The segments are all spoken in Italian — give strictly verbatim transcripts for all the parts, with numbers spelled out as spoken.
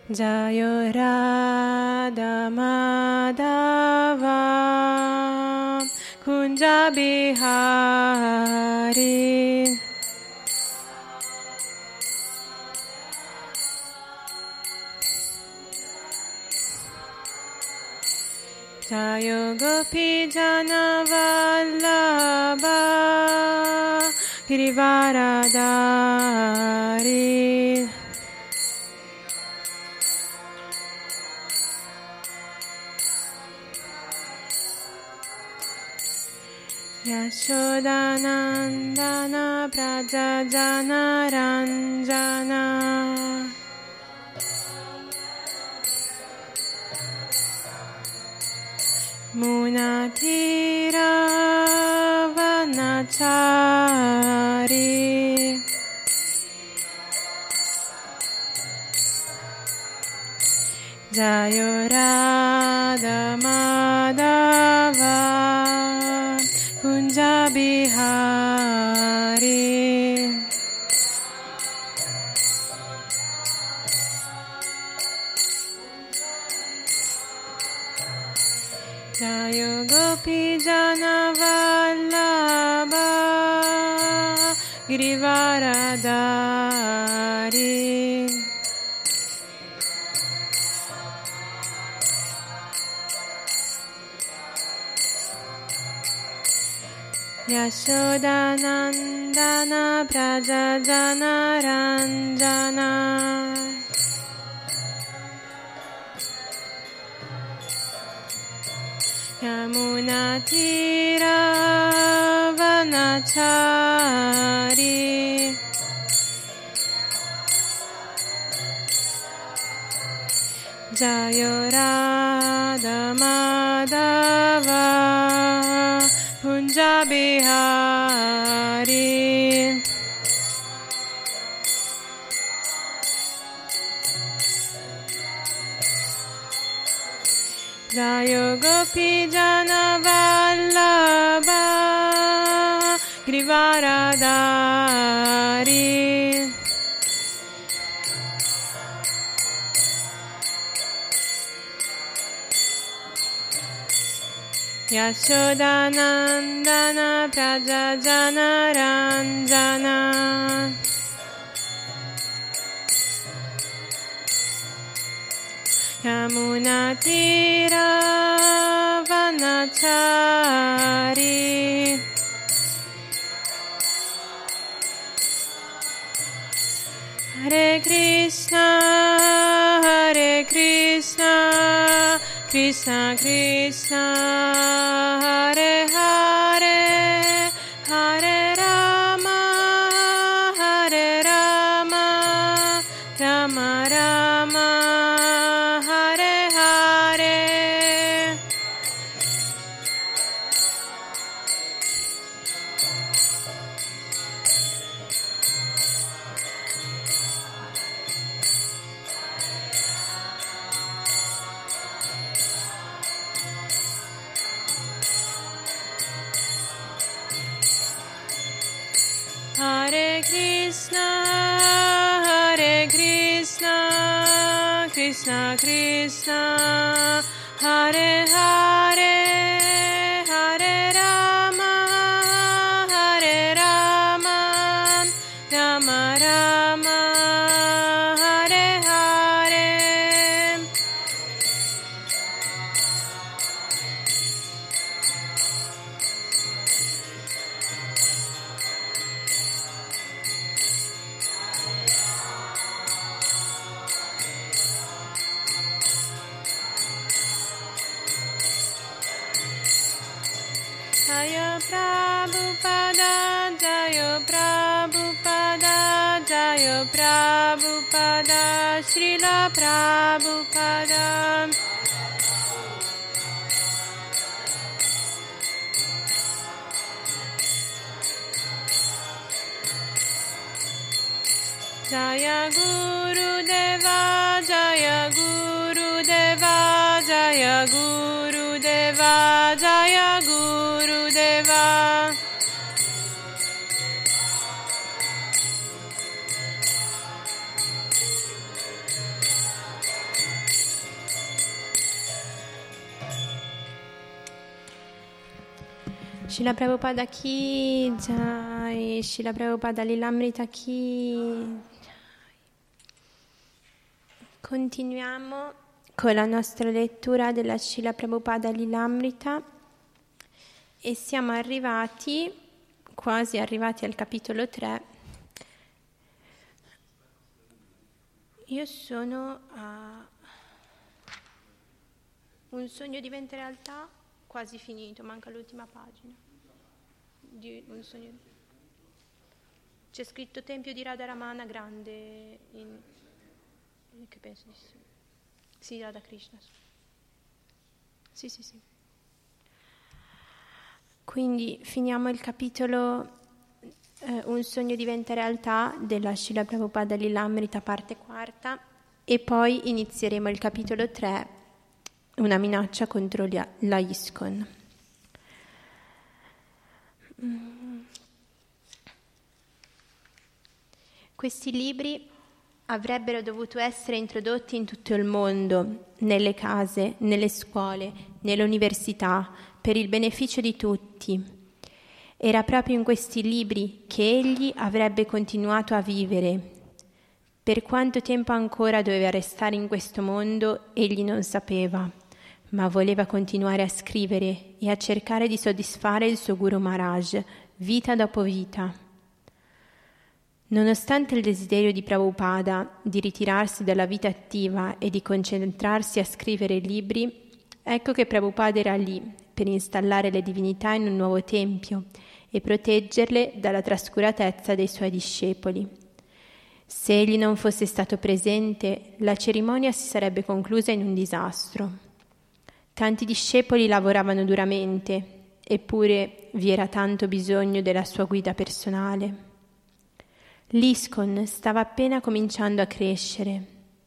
Jayo Radha Madhava Kunja Bihari. Jayo Gopi Jana Vallabha Girivaradari. Yashodanandana Prajajana Ranjana. Munatira Vanachari. Jayo Radha Madhava Kunja Bihari. Jayo Gopi Jana Vallabha Girivaradari. Yashodanandana Prajajana Ranjana. Yamunatira Vanachari. Jayo Radha Madhava Kunja Bihari. Jayo Gopi Jana Vallabha Girivaradari. Yashodanandana Prajajana Ranjana. Yamunatira Vanachari. Hare Krishna, Hare Krishna, Krishna Krishna, Hare Hare, Hare Rama, Hare Rama, Rama Rama, Hare Hare. Hare Krishna, Hare Krishna, Krishna Krishna, Hare Hare, Hare Rama, Hare Rama, Rama Rama, Hare Hare. Jaya Prabhupada, Jaya Prabhupada, Jaya Prabhupada, Srila Prabhupada. Jaya Guru Deva, Jaya Guru Deva, Jaya Guru Deva, Jaya Guru Deva. Srila Prabhupada Ki Jai, Srila Prabhupada Lilamrita Ki. Continuiamo con la nostra lettura della Srila Prabhupada Lilamrita e siamo arrivati, quasi arrivati al capitolo tre. Io sono a un sogno diventa realtà, quasi finito, manca l'ultima pagina. Di un sogno. C'è scritto Tempio di Radharamana grande in che penso di sì. Sì, Radha Krishna. Sì, sì, sì. Quindi finiamo il capitolo eh, Un sogno diventa realtà della Srila Prabhupada Lilamrita parte quarta e poi inizieremo il capitolo tre, una minaccia contro la ISKCON. Mm. Questi libri avrebbero dovuto essere introdotti in tutto il mondo, nelle case, nelle scuole, nelle università, per il beneficio di tutti. Era proprio in questi libri che egli avrebbe continuato a vivere. Per quanto tempo ancora doveva restare in questo mondo, egli non sapeva, ma voleva continuare a scrivere e a cercare di soddisfare il suo Guru Maharaj, vita dopo vita. Nonostante il desiderio di Prabhupada di ritirarsi dalla vita attiva e di concentrarsi a scrivere libri, ecco che Prabhupada era lì per installare le divinità in un nuovo tempio e proteggerle dalla trascuratezza dei suoi discepoli. Se egli non fosse stato presente, la cerimonia si sarebbe conclusa in un disastro. Tanti discepoli lavoravano duramente, eppure vi era tanto bisogno della sua guida personale. L'ISKCON stava appena cominciando a crescere.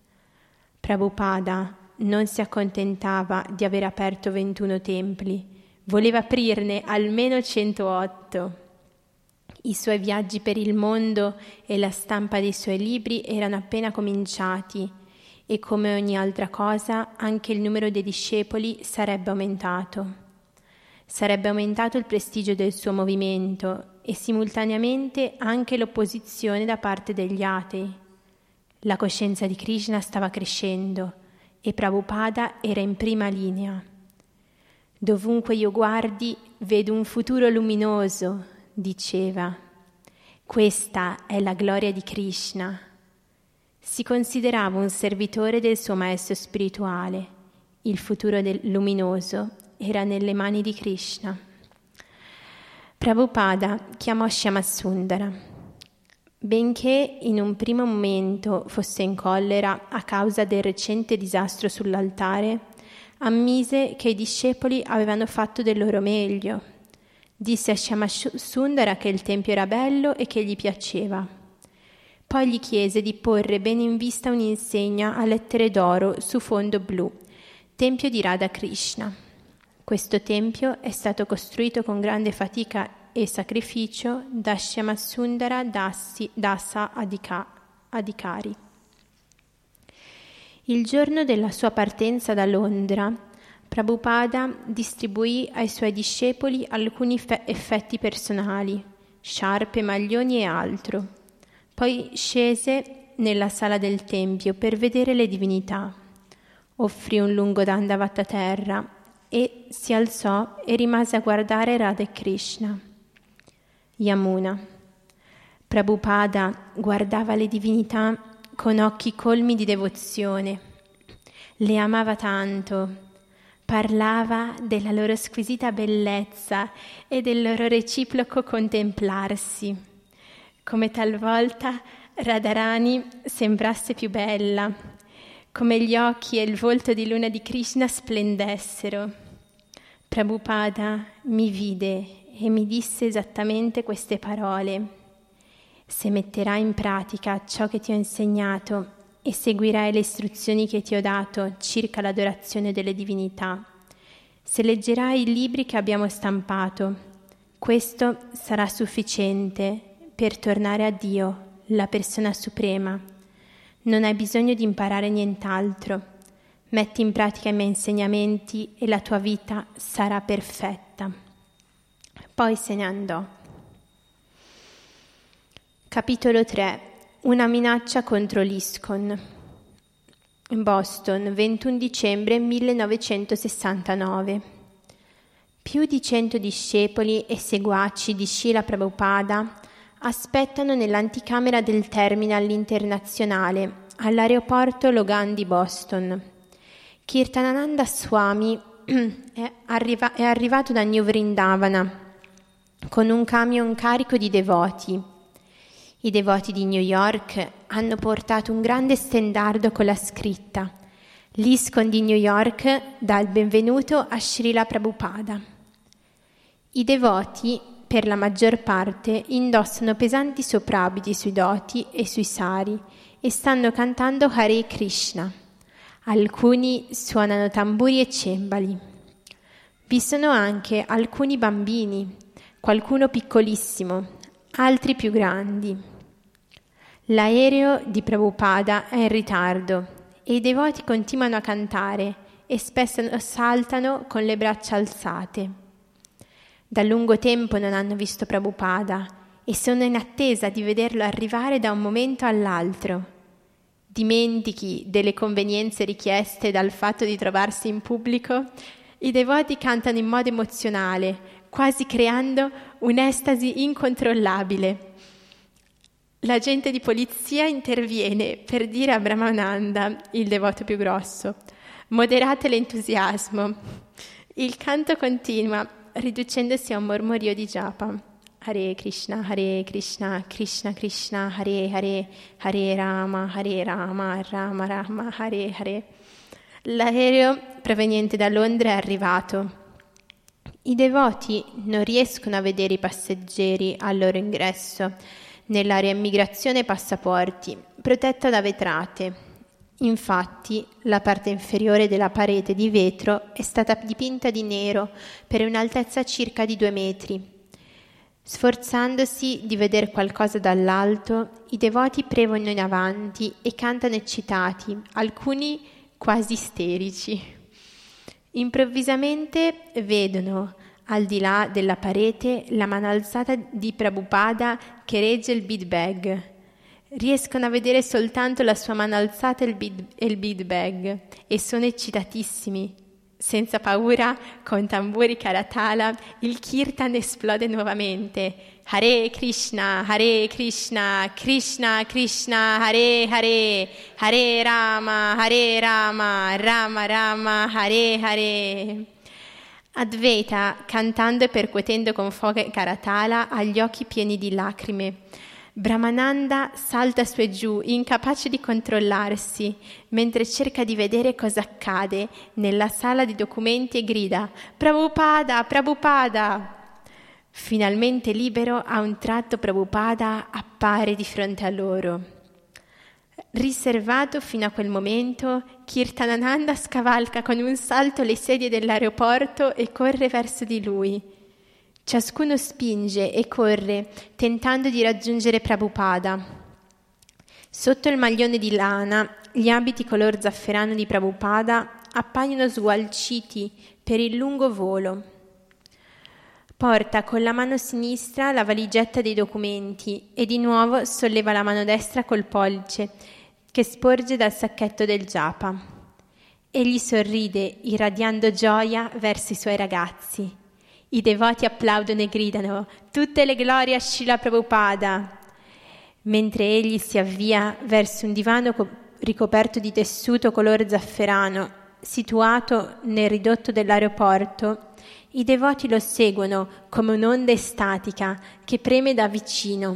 Prabhupada non si accontentava di aver aperto ventuno templi, voleva aprirne almeno centootto. I suoi viaggi per il mondo e la stampa dei suoi libri erano appena cominciati e come ogni altra cosa anche il numero dei discepoli sarebbe aumentato. Sarebbe aumentato il prestigio del suo movimento e simultaneamente anche l'opposizione da parte degli atei. La coscienza di Krishna stava crescendo e Prabhupada era in prima linea. Dovunque io guardi vedo un futuro luminoso, diceva. Questa è la gloria di Krishna. Si considerava un servitore del suo maestro spirituale. Il futuro del luminoso era nelle mani di Krishna. Prabhupada chiamò Shyamasundara. Benché in un primo momento fosse in collera a causa del recente disastro sull'altare, ammise che i discepoli avevano fatto del loro meglio. Disse a Shyamasundara che il tempio era bello e che gli piaceva. Poi gli chiese di porre bene in vista un'insegna a lettere d'oro su fondo blu, Tempio di Radha Krishna. Questo tempio è stato costruito con grande fatica e sacrificio da Shyamasundara Dasi, Dasa Adika, Adhikari. Il giorno della sua partenza da Londra, Prabhupada distribuì ai suoi discepoli alcuni fe- effetti personali, sciarpe, maglioni e altro. Poi scese nella sala del tempio per vedere le divinità. Offrì un lungo dandavata a terra e si alzò e rimase a guardare Radha e Krishna. Yamuna. Prabhupada guardava le divinità con occhi colmi di devozione. Le amava tanto. Parlava della loro squisita bellezza e del loro reciproco contemplarsi. Come talvolta Radharani sembrasse più bella, come gli occhi e il volto di luna di Krishna splendessero. Prabhupada mi vide e mi disse esattamente queste parole: se metterai in pratica ciò che ti ho insegnato e seguirai le istruzioni che ti ho dato circa l'adorazione delle divinità, se leggerai i libri che abbiamo stampato, questo sarà sufficiente per tornare a Dio, la persona suprema. Non hai bisogno di imparare nient'altro. Metti in pratica i miei insegnamenti e la tua vita sarà perfetta. Poi se ne andò. Capitolo tre. Una minaccia contro l'ISKCON. Boston, ventuno dicembre millenovecentosessantanove. Più di cento discepoli e seguaci di Srila Prabhupada aspettano nell'anticamera del terminal internazionale all'aeroporto Logan di Boston. Kirtanananda Swami è, arriva- è arrivato da New Vrindavana con un camion carico di devoti. I devoti di New York hanno portato un grande stendardo con la scritta l'ISKCON di New York dà il benvenuto a Srila Prabhupada. I devoti, per la maggior parte, indossano pesanti soprabiti sui doti e sui sari e stanno cantando Hare Krishna. Alcuni suonano tamburi e cembali. Vi sono anche alcuni bambini, qualcuno piccolissimo, altri più grandi. L'aereo di Prabhupada è in ritardo e i devoti continuano a cantare e spesso saltano con le braccia alzate. Da lungo tempo non hanno visto Prabhupada e sono in attesa di vederlo arrivare da un momento all'altro. Dimentichi delle convenienze richieste dal fatto di trovarsi in pubblico, i devoti cantano in modo emozionale, quasi creando un'estasi incontrollabile. L'agente di polizia interviene per dire a Brahmananda, il devoto più grosso: moderate l'entusiasmo. Il canto continua, riducendosi a un mormorio di japa. Hare Krishna, Hare Krishna, Krishna Krishna, Hare Hare, Hare Rama, Hare Rama, Rama Rama, Hare Hare. L'aereo proveniente da Londra è arrivato. I devoti non riescono a vedere i passeggeri al loro ingresso nell'area immigrazione e passaporti, protetta da vetrate. Infatti, la parte inferiore della parete di vetro è stata dipinta di nero per un'altezza circa di due metri. Sforzandosi di vedere qualcosa dall'alto, i devoti prevono in avanti e cantano eccitati, alcuni quasi isterici. Improvvisamente vedono, al di là della parete, la mano alzata di Prabhupada che regge il bead bag. Riescono a vedere soltanto la sua mano alzata e il bead, e il bead bag e sono eccitatissimi. Senza paura, con tamburi karatala, il kirtan esplode nuovamente. Hare Krishna, Hare Krishna, Krishna Krishna, Hare Hare, Hare Rama, Hare Rama, Rama Rama, Hare Hare. Advaita, cantando e percuotendo con foga karatala, ha gli occhi pieni di lacrime. Brahmananda salta su e giù, incapace di controllarsi, mentre cerca di vedere cosa accade nella sala di documenti e grida: Prabhupada, Prabhupada! Finalmente libero, a un tratto Prabhupada appare di fronte a loro. Riservato fino a quel momento, Kirtanananda scavalca con un salto le sedie dell'aeroporto e corre verso di lui. Ciascuno spinge e corre, tentando di raggiungere Prabhupada. Sotto il maglione di lana, gli abiti color zafferano di Prabhupada appaiono sgualciti per il lungo volo. Porta con la mano sinistra la valigetta dei documenti e di nuovo solleva la mano destra col pollice che sporge dal sacchetto del japa. Egli sorride, irradiando gioia verso i suoi ragazzi. I devoti applaudono e gridano: tutte le glorie a Srila Prabhupada! Mentre egli si avvia verso un divano co- ricoperto di tessuto color zafferano, situato nel ridotto dell'aeroporto, i devoti lo seguono come un'onda estatica che preme da vicino.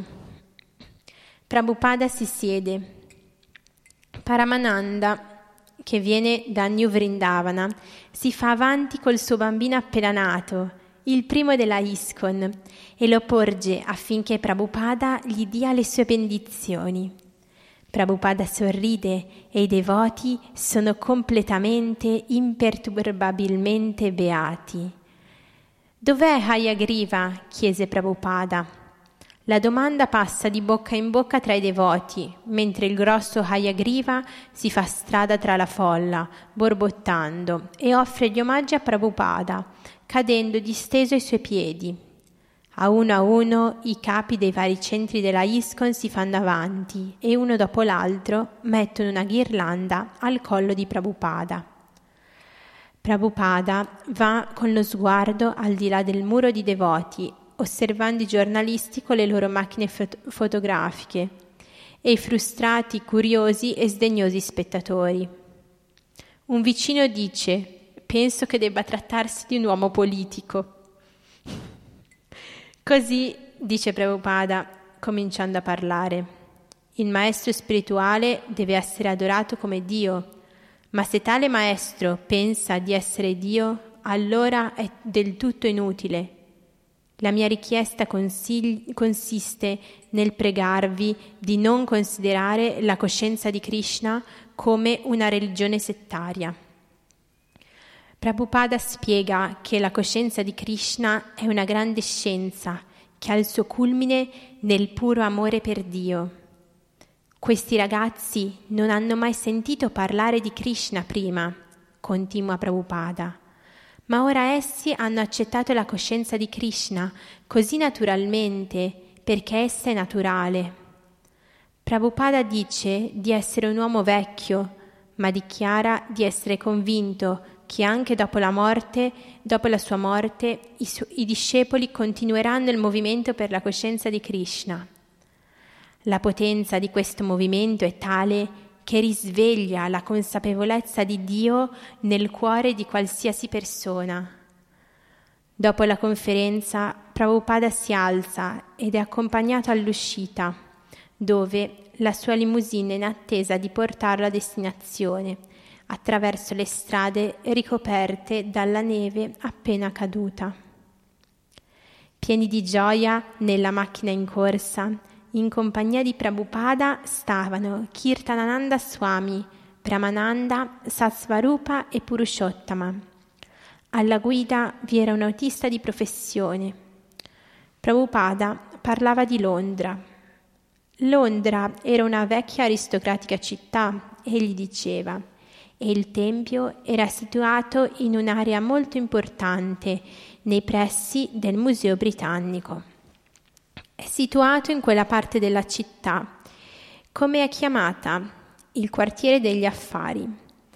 Prabhupada si siede. Paramananda, che viene da New Vrindavana, si fa avanti col suo bambino appena nato, il primo della ISKCON, e lo porge affinché Prabhupada gli dia le sue benedizioni. Prabhupada sorride e i devoti sono completamente, imperturbabilmente beati. «Dov'è Hayagriva?» chiese Prabhupada. La domanda passa di bocca in bocca tra i devoti, mentre il grosso Hayagriva si fa strada tra la folla, borbottando, e offre gli omaggi a Prabhupada, cadendo disteso ai suoi piedi. A uno a uno i capi dei vari centri della ISKCON si fanno avanti e uno dopo l'altro mettono una ghirlanda al collo di Prabhupada. Prabhupada va con lo sguardo al di là del muro di devoti, osservando i giornalisti con le loro macchine fot- fotografiche e i frustrati, curiosi e sdegnosi spettatori. Un vicino dice: «Penso che debba trattarsi di un uomo politico». Così dice Prabhupada, cominciando a parlare: «Il maestro spirituale deve essere adorato come Dio, ma se tale maestro pensa di essere Dio, allora è del tutto inutile. La mia richiesta consigli- consiste nel pregarvi di non considerare la coscienza di Krishna come una religione settaria». Prabhupada spiega che la coscienza di Krishna è una grande scienza che ha il suo culmine nel puro amore per Dio. Questi ragazzi non hanno mai sentito parlare di Krishna prima, continua Prabhupada, ma ora essi hanno accettato la coscienza di Krishna così naturalmente perché essa è naturale. Prabhupada dice di essere un uomo vecchio, ma dichiara di essere convinto che anche dopo la morte, dopo la sua morte, i, su- i discepoli continueranno il movimento per la coscienza di Krishna. La potenza di questo movimento è tale che risveglia la consapevolezza di Dio nel cuore di qualsiasi persona. Dopo la conferenza, Prabhupada si alza ed è accompagnato all'uscita, dove la sua limousine è in attesa di portarlo a destinazione, attraverso le strade ricoperte dalla neve appena caduta. Pieni di gioia, nella macchina in corsa, in compagnia di Prabhupada stavano Kirtanananda Swami, Brahmananda, Satsvarupa e Purushottama. Alla guida vi era un autista di professione. Prabhupada parlava di Londra. Londra era una vecchia aristocratica città, egli diceva, e il tempio era situato in un'area molto importante nei pressi del Museo Britannico. È situato in quella parte della città, come è chiamata, il quartiere degli affari.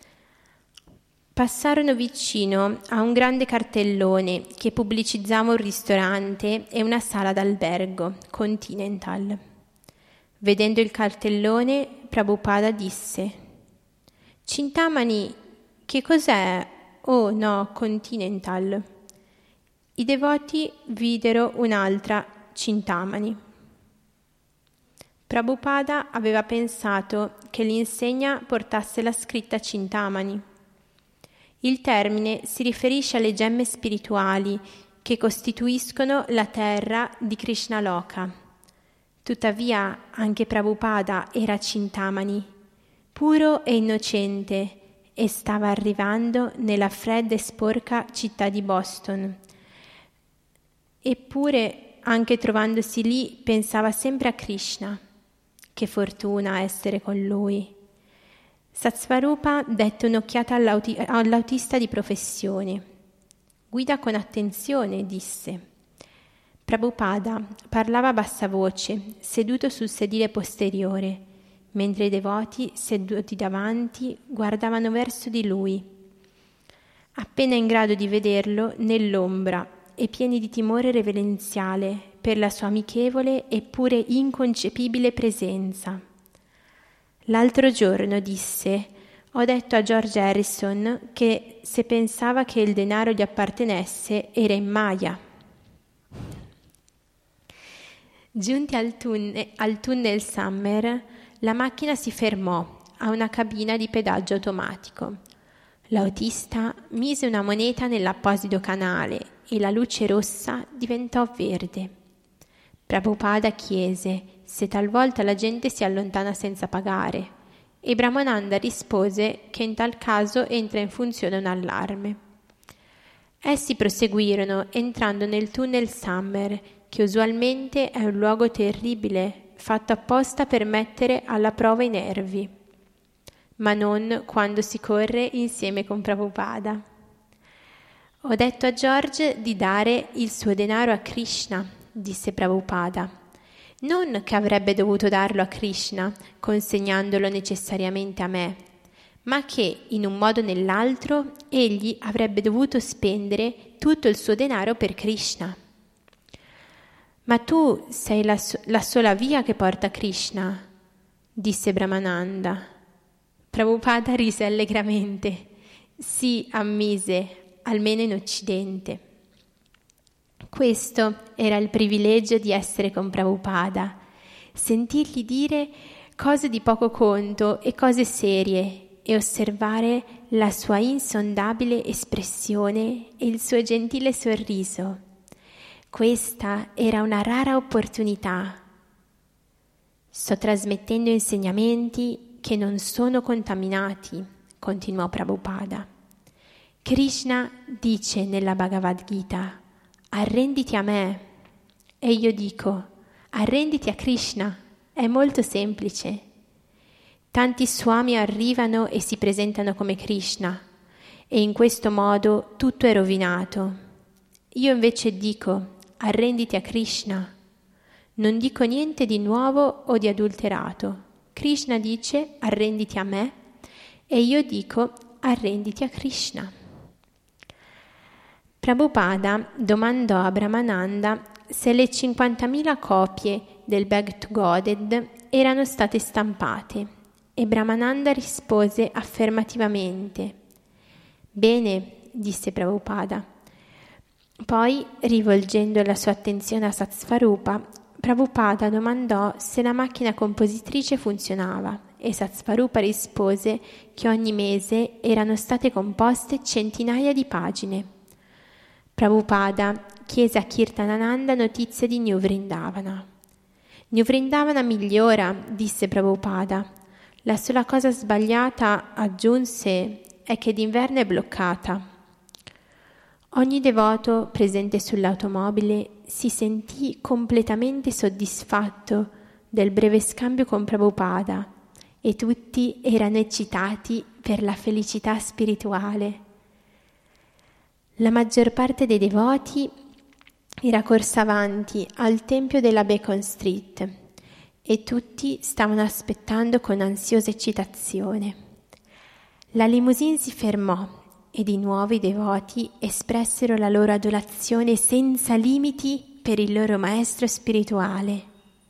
Passarono vicino a un grande cartellone che pubblicizzava un ristorante e una sala d'albergo, Continental. Vedendo il cartellone, Prabhupada disse: «Cintamani, che cos'è? Oh no, Continental». I devoti videro un'altra Cintamani. Prabhupada aveva pensato che l'insegna portasse la scritta Cintamani. Il termine si riferisce alle gemme spirituali che costituiscono la terra di Krishnaloka. Tuttavia anche Prabhupada era Cintamani, puro e innocente, e stava arrivando nella fredda e sporca città di Boston. Eppure, anche trovandosi lì, pensava sempre a Krishna. Che fortuna essere con lui. Satsvarupa dette un'occhiata all'auti- all'autista di professione. «Guida con attenzione», disse. Prabhupada parlava a bassa voce, seduto sul sedile posteriore, mentre i devoti, seduti davanti, guardavano verso di lui. Appena in grado di vederlo, nell'ombra e pieni di timore reverenziale per la sua amichevole eppure inconcepibile presenza. L'altro giorno disse: «Ho detto a George Harrison che se pensava che il denaro gli appartenesse era in Maya». Giunti al tunnel, al tunnel Summer, la macchina si fermò a una cabina di pedaggio automatico. L'autista mise una moneta nell'apposito canale e la luce rossa diventò verde. Prabhupada chiese se talvolta la gente si allontana senza pagare e Brahmananda rispose che in tal caso entra in funzione un allarme. Essi proseguirono entrando nel tunnel Summer, che usualmente è un luogo terribile fatto apposta per mettere alla prova i nervi, ma non quando si corre insieme con Prabhupada. «Ho detto a George di dare il suo denaro a Krishna», disse Prabhupada. Non che avrebbe dovuto darlo a Krishna, consegnandolo necessariamente a me, ma che, in un modo o nell'altro, egli avrebbe dovuto spendere tutto il suo denaro per Krishna. Ma tu sei la, so- la sola via che porta a Krishna, disse Brahmananda. Prabhupada rise allegramente. Sì, ammise, almeno in Occidente. Questo era il privilegio di essere con Prabhupada, sentirgli dire cose di poco conto e cose serie e osservare la sua insondabile espressione e il suo gentile sorriso. Questa era una rara opportunità. Sto trasmettendo insegnamenti che non sono contaminati, continuò Prabhupada. Krishna dice nella Bhagavad Gita: arrenditi a me. E io dico: arrenditi a Krishna. È molto semplice. Tanti swami arrivano e si presentano come Krishna e in questo modo tutto è rovinato. Io invece dico: arrenditi a Krishna. Non dico niente di nuovo o di adulterato. Krishna dice: arrenditi a me, e io dico: arrenditi a Krishna. Prabhupada domandò a Brahmananda se le cinquantamila copie del Bhagavad Goded erano state stampate e Brahmananda rispose affermativamente. Bene, disse Prabhupada. Poi, rivolgendo la sua attenzione a Satsvarupa, Prabhupada domandò se la macchina compositrice funzionava e Satsvarupa rispose che ogni mese erano state composte centinaia di pagine. Prabhupada chiese a Kirtanananda notizie di New Vrindavana. New Vrindavana migliora, disse Prabhupada. La sola cosa sbagliata, aggiunse, è che d'inverno è bloccata. Ogni devoto presente sull'automobile si sentì completamente soddisfatto del breve scambio con Prabhupada e tutti erano eccitati per la felicità spirituale. La maggior parte dei devoti era corsa avanti al tempio della Beacon Street e tutti stavano aspettando con ansiosa eccitazione. La limousine si fermò e di nuovo i devoti espressero la loro adorazione senza limiti per il loro maestro spirituale.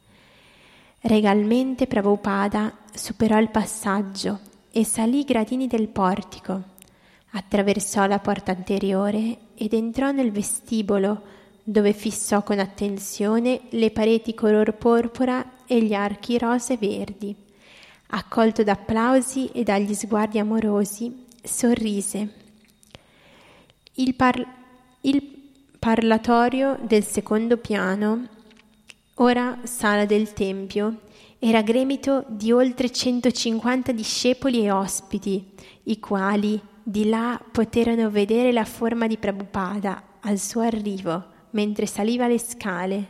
Regalmente Prabhupada superò il passaggio e salì i gradini del portico. Attraversò la porta anteriore ed entrò nel vestibolo, dove fissò con attenzione le pareti color porpora e gli archi rose e verdi. Accolto da applausi e dagli sguardi amorosi, sorrise. Il, par- il parlatorio del secondo piano, ora sala del tempio, era gremito di oltre centocinquanta discepoli e ospiti, i quali di là poterono vedere la forma di Prabhupada al suo arrivo mentre saliva le scale.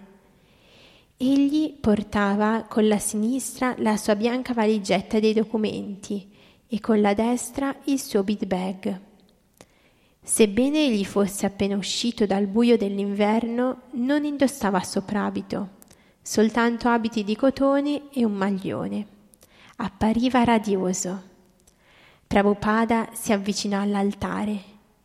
Egli portava con la sinistra la sua bianca valigetta dei documenti e con la destra il suo bead bag. Sebbene egli fosse appena uscito dal buio dell'inverno, non indossava soprabito, soltanto abiti di cotone e un maglione. Appariva radioso. Prabhupada si avvicinò all'altare.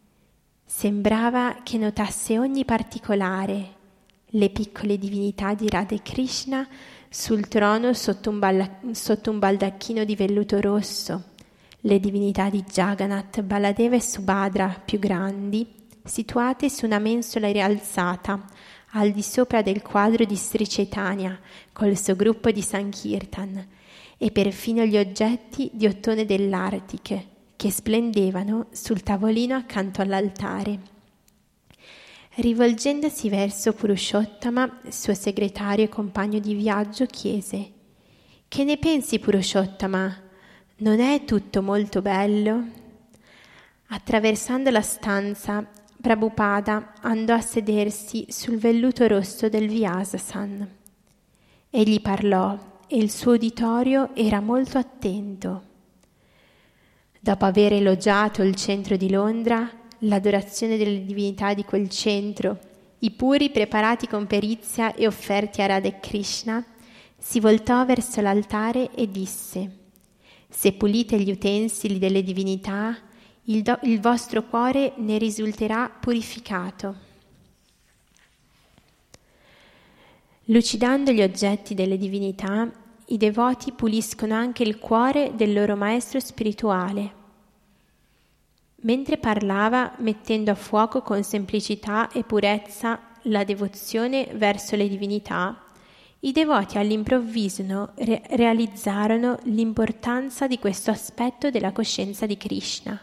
Sembrava che notasse ogni particolare, le piccole divinità di Radha e Krishna sul trono sotto un, balla- sotto un baldacchino di velluto rosso, le divinità di Jagannath, Baladeva e Subhadra più grandi, situate su una mensola rialzata, al di sopra del quadro di Sri Chaitanya, col suo gruppo di Sankirtan, e perfino gli oggetti di ottone dell'Artiche, che splendevano sul tavolino accanto all'altare. Rivolgendosi verso Purushottama, suo segretario e compagno di viaggio, chiese: «Che ne pensi, Purushottama? Non è tutto molto bello?» Attraversando la stanza, Prabhupada andò a sedersi sul velluto rosso del Vyasasan. Egli parlò e il suo uditorio era molto attento. Dopo aver elogiato il centro di Londra, l'adorazione delle divinità di quel centro, i puri preparati con perizia e offerti a Radha e Krishna, si voltò verso l'altare e disse: «Se pulite gli utensili delle divinità, il, do- il vostro cuore ne risulterà purificato». Lucidando gli oggetti delle divinità, i devoti puliscono anche il cuore del loro maestro spirituale. Mentre parlava, mettendo a fuoco con semplicità e purezza la devozione verso le divinità, i devoti all'improvviso re- realizzarono l'importanza di questo aspetto della coscienza di Krishna.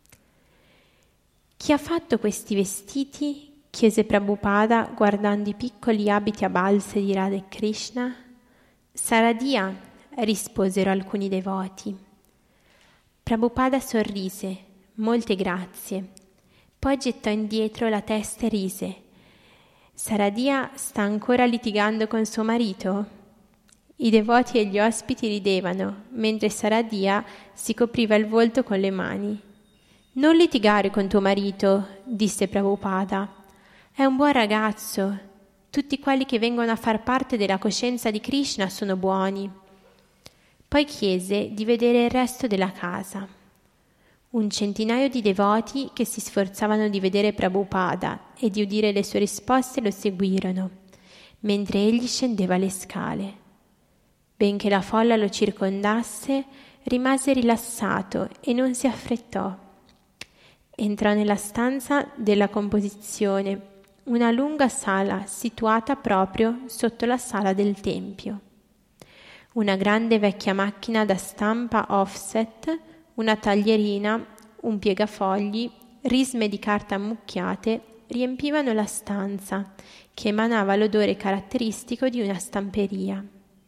«Chi ha fatto questi vestiti?» chiese Prabhupada guardando i piccoli abiti a balze di Radha e Krishna. «Saradia», risposero alcuni devoti. Prabhupada sorrise: «Molte grazie». Poi gettò indietro la testa e rise: «Saradia sta ancora litigando con suo marito?» I devoti e gli ospiti ridevano, mentre Saradia si copriva il volto con le mani. «Non litigare con tuo marito», disse Prabhupada. «È un buon ragazzo. Tutti quelli che vengono a far parte della coscienza di Krishna sono buoni». Poi chiese di vedere il resto della casa. Un centinaio di devoti che si sforzavano di vedere Prabhupada e di udire le sue risposte lo seguirono, mentre egli scendeva le scale. Benché la folla lo circondasse, rimase rilassato e non si affrettò. Entrò nella stanza della composizione, una lunga sala situata proprio sotto la sala del tempio. Una grande vecchia macchina da stampa offset, una taglierina, un piegafogli, risme di carta ammucchiate riempivano la stanza, che emanava l'odore caratteristico di una stamperia.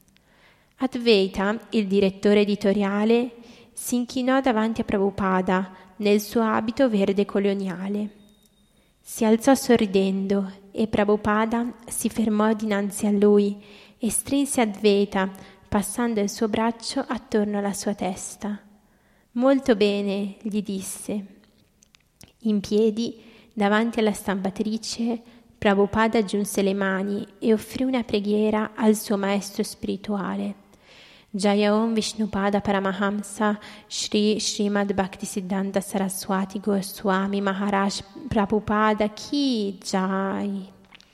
Advaita, il direttore editoriale, si inchinò davanti a Prabhupada nel suo abito verde coloniale. Si alzò sorridendo e Prabhupada si fermò dinanzi a lui e strinse Advaita, passando il suo braccio attorno alla sua testa. «Molto bene», gli disse. In piedi, davanti alla stampatrice, Prabhupada giunse le mani e offrì una preghiera al suo maestro spirituale. Jaya Om Vishnupada Paramahamsa Shri Srimad Bhaktisiddhanta Saraswati Goswami Maharaj Prabhupada Ki Jai.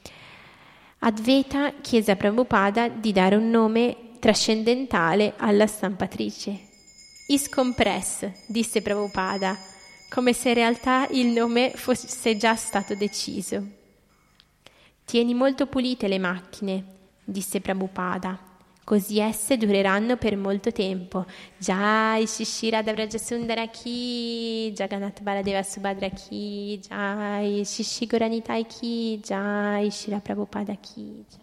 Advaita chiese a Prabhupada di dare un nome trascendentale alla stampatrice. «ISKCON Press», disse Prabhupada, come se in realtà il nome fosse già stato deciso. «Tieni molto pulite le macchine», disse Prabhupada, «così esse dureranno per molto tempo. Jai Shri Radha Vrajasundara Ki, Jagannath Baladeva Subhadra Ki, Jai Shri Gauranitai Ki, Jai Shri Prabhupada Ki, Jai».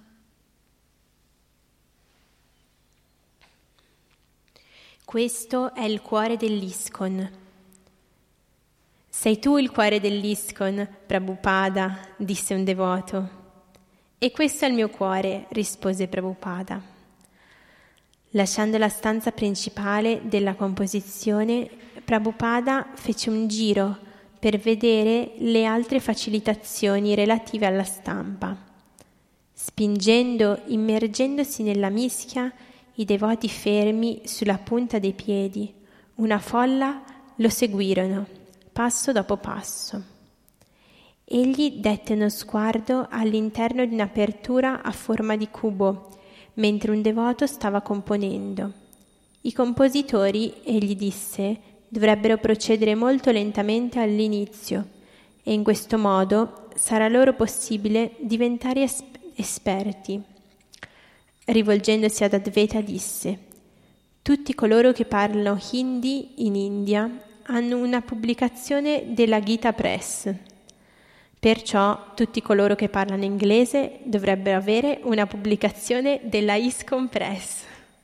Questo è il cuore dell'ISKCON. «Sei tu il cuore dell'ISKCON, Prabhupada», disse un devoto. «E questo è il mio cuore», rispose Prabhupada. Lasciando la stanza principale della composizione, Prabhupada fece un giro per vedere le altre facilitazioni relative alla stampa. Spingendo, immergendosi nella mischia, i devoti fermi sulla punta dei piedi, una folla lo seguirono, passo dopo passo. Egli dette uno sguardo all'interno di un'apertura a forma di cubo, mentre un devoto stava componendo. I compositori, egli disse, dovrebbero procedere molto lentamente all'inizio e in questo modo sarà loro possibile diventare es- esperti. Rivolgendosi ad Advaita disse: «Tutti coloro che parlano Hindi in India hanno una pubblicazione della Gita Press. Perciò tutti coloro che parlano inglese dovrebbero avere una pubblicazione della ISKCON Press».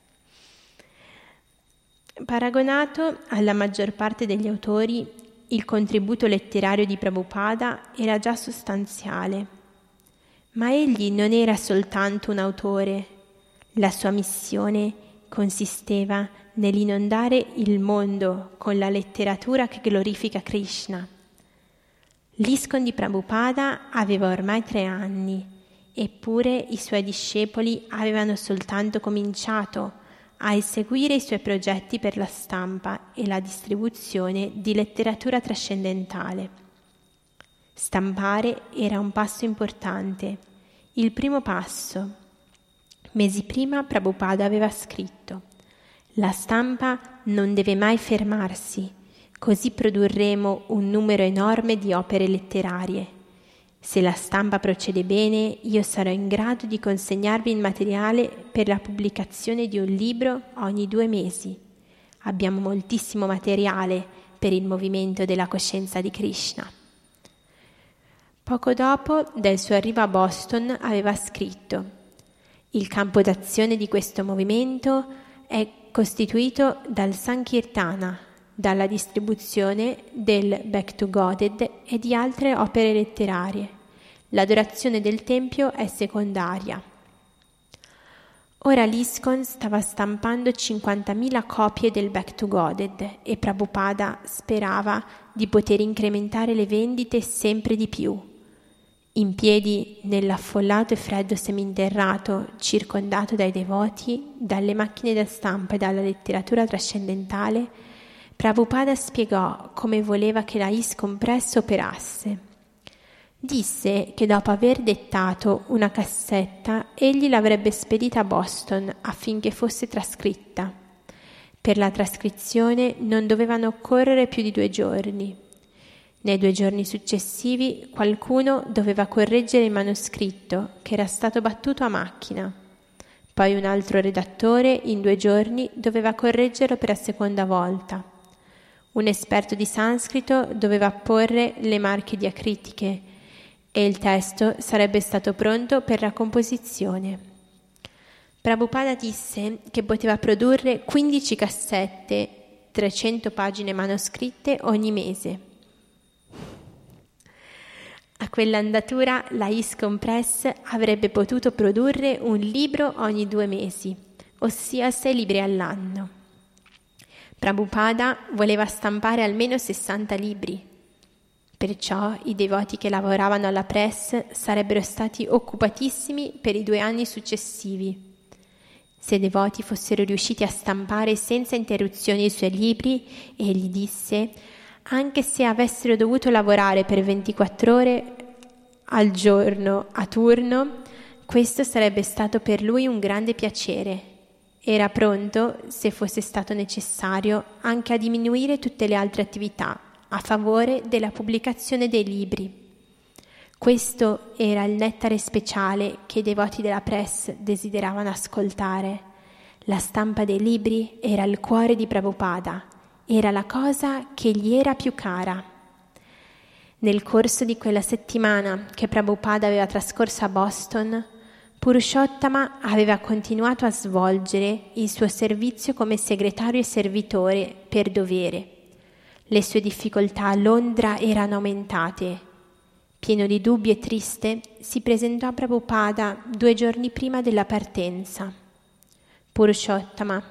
Paragonato alla maggior parte degli autori, il contributo letterario di Prabhupada era già sostanziale. Ma egli non era soltanto un autore. La sua missione consisteva nell'inondare il mondo con la letteratura che glorifica Krishna. L'ISKCON di Prabhupada aveva ormai tre anni, eppure i suoi discepoli avevano soltanto cominciato a eseguire i suoi progetti per la stampa e la distribuzione di letteratura trascendentale. Stampare era un passo importante, il primo passo. Mesi prima Prabhupada aveva scritto: «La stampa non deve mai fermarsi, così produrremo un numero enorme di opere letterarie. Se la stampa procede bene, io sarò in grado di consegnarvi il materiale per la pubblicazione di un libro ogni due mesi. Abbiamo moltissimo materiale per il movimento della coscienza di Krishna». Poco dopo del suo arrivo a Boston aveva scritto: «Il campo d'azione di questo movimento è costituito dal Sankirtana, dalla distribuzione del Back to Godhead e di altre opere letterarie. L'adorazione del Tempio è secondaria». Ora l'ISKCON stava stampando cinquantamila copie del Back to Godhead e Prabhupada sperava di poter incrementare le vendite sempre di più. In piedi nell'affollato e freddo seminterrato, circondato dai devoti, dalle macchine da stampa e dalla letteratura trascendentale, Prabhupada spiegò come voleva che la ISKCON Press operasse. Disse che dopo aver dettato una cassetta, egli l'avrebbe spedita a Boston affinché fosse trascritta. Per la trascrizione non dovevano occorrere più di due giorni. Nei due giorni successivi qualcuno doveva correggere il manoscritto che era stato battuto a macchina. Poi un altro redattore in due giorni doveva correggerlo per la seconda volta. Un esperto di sanscrito doveva apporre le marche diacritiche e il testo sarebbe stato pronto per la composizione. Prabhupada disse che poteva produrre quindici cassette, trecento pagine manoscritte ogni mese. A quell'andatura la ISKCON Press avrebbe potuto produrre un libro ogni due mesi, ossia sei libri all'anno. Prabhupada voleva stampare almeno sessanta libri, perciò i devoti che lavoravano alla press sarebbero stati occupatissimi per i due anni successivi. Se i devoti fossero riusciti a stampare senza interruzioni i suoi libri, egli disse, anche se avessero dovuto lavorare per ventiquattro ore al giorno a turno, questo sarebbe stato per lui un grande piacere. Era pronto, se fosse stato necessario, anche a diminuire tutte le altre attività a favore della pubblicazione dei libri. Questo era il nettare speciale che i devoti della press desideravano ascoltare. La stampa dei libri era il cuore di Prabhupada. Era la cosa che gli era più cara. Nel corso di quella settimana che Prabhupada aveva trascorso a Boston, Purushottama aveva continuato a svolgere il suo servizio come segretario e servitore per dovere. Le sue difficoltà a Londra erano aumentate. Pieno di dubbi e triste, si presentò a Prabhupada due giorni prima della partenza. Purushottama: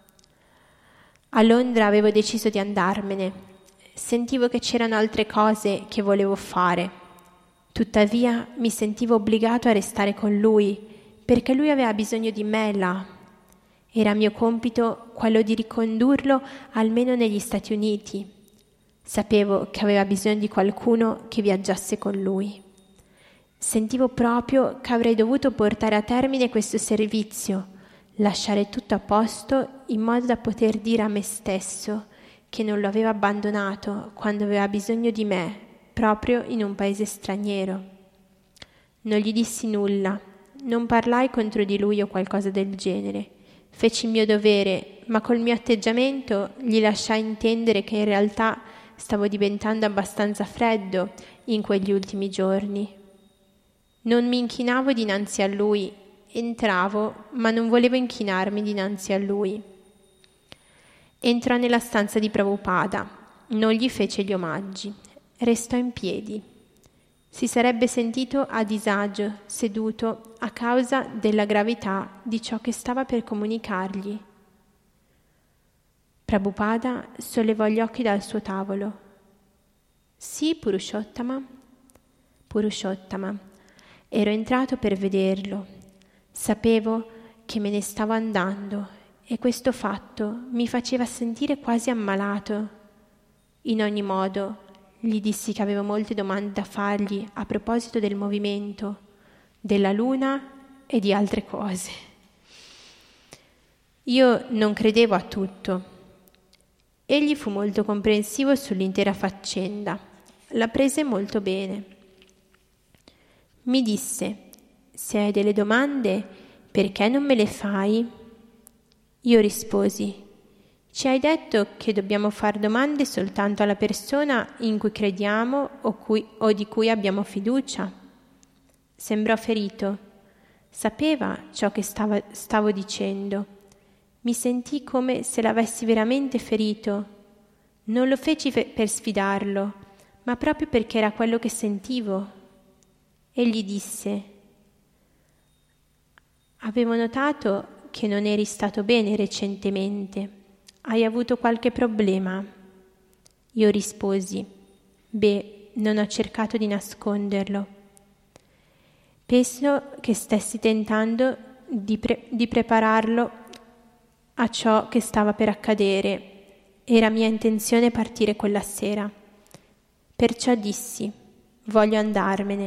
a Londra avevo deciso di andarmene. Sentivo che c'erano altre cose che volevo fare. Tuttavia mi sentivo obbligato a restare con lui, perché lui aveva bisogno di me là. Era mio compito quello di ricondurlo almeno negli Stati Uniti. Sapevo che aveva bisogno di qualcuno che viaggiasse con lui. Sentivo proprio che avrei dovuto portare a termine questo servizio, lasciare tutto a posto in modo da poter dire a me stesso che non lo aveva abbandonato quando aveva bisogno di me, proprio in un paese straniero. Non gli dissi nulla, non parlai contro di lui o qualcosa del genere. Feci il mio dovere, ma col mio atteggiamento gli lasciai intendere che in realtà stavo diventando abbastanza freddo in quegli ultimi giorni. Non mi inchinavo dinanzi a lui, entravo, ma non volevo inchinarmi dinanzi a lui. Entrò nella stanza di Prabhupada, non gli fece gli omaggi, restò in piedi. Si sarebbe sentito a disagio, seduto, a causa della gravità di ciò che stava per comunicargli. Prabhupada sollevò gli occhi dal suo tavolo. «Sì, Purushottama?» Purushottama, ero entrato per vederlo. Sapevo che me ne stavo andando e questo fatto mi faceva sentire quasi ammalato. In ogni modo, gli dissi che avevo molte domande da fargli a proposito del movimento, della luna e di altre cose. Io non credevo a tutto. Egli fu molto comprensivo sull'intera faccenda. La prese molto bene. Mi disse: se hai delle domande, perché non me le fai? Io risposi: ci hai detto che dobbiamo fare domande soltanto alla persona in cui crediamo o, cui, o di cui abbiamo fiducia? Sembrò ferito. Sapeva ciò che stava, stavo dicendo. Mi sentii come se l'avessi veramente ferito. Non lo feci per sfidarlo, ma proprio perché era quello che sentivo. Egli disse: avevo notato che non eri stato bene recentemente. Hai avuto qualche problema? Io risposi: beh, non ho cercato di nasconderlo. Penso che stessi tentando di, pre- di prepararlo a ciò che stava per accadere. Era mia intenzione partire quella sera. Perciò dissi: voglio andarmene.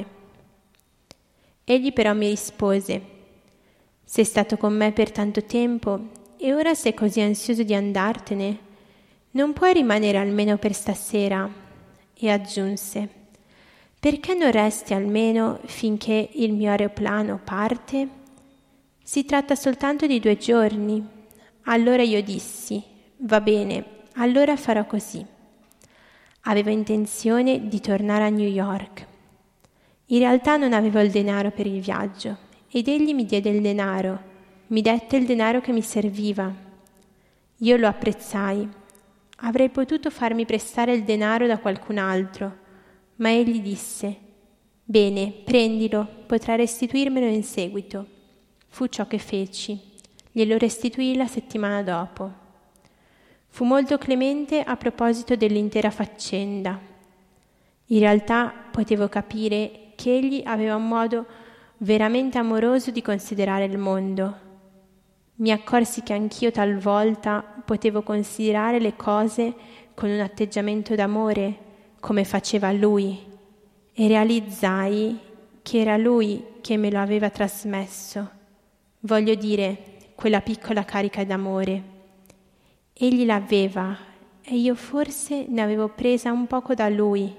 Egli però mi rispose: sei stato con me per tanto tempo e ora sei così ansioso di andartene? Non puoi rimanere almeno per stasera? E aggiunse: perché non resti almeno finché il mio aeroplano parte? Si tratta soltanto di due giorni. Allora io dissi: va bene, allora farò così. Avevo intenzione di tornare a New York. In realtà non avevo il denaro per il viaggio ed egli mi diede il denaro, mi dette il denaro che mi serviva. Io lo apprezzai. Avrei potuto farmi prestare il denaro da qualcun altro, ma egli disse: bene, prendilo, potrai restituirmelo in seguito. Fu ciò che feci. Glielo restituì la settimana dopo. Fu molto clemente a proposito dell'intera faccenda. In realtà potevo capire che egli aveva un modo veramente amoroso di considerare il mondo. Mi accorsi che anch'io talvolta potevo considerare le cose con un atteggiamento d'amore, come faceva lui, e realizzai che era lui che me lo aveva trasmesso. Voglio dire, quella piccola carica d'amore. Egli l'aveva e io forse ne avevo presa un poco da lui.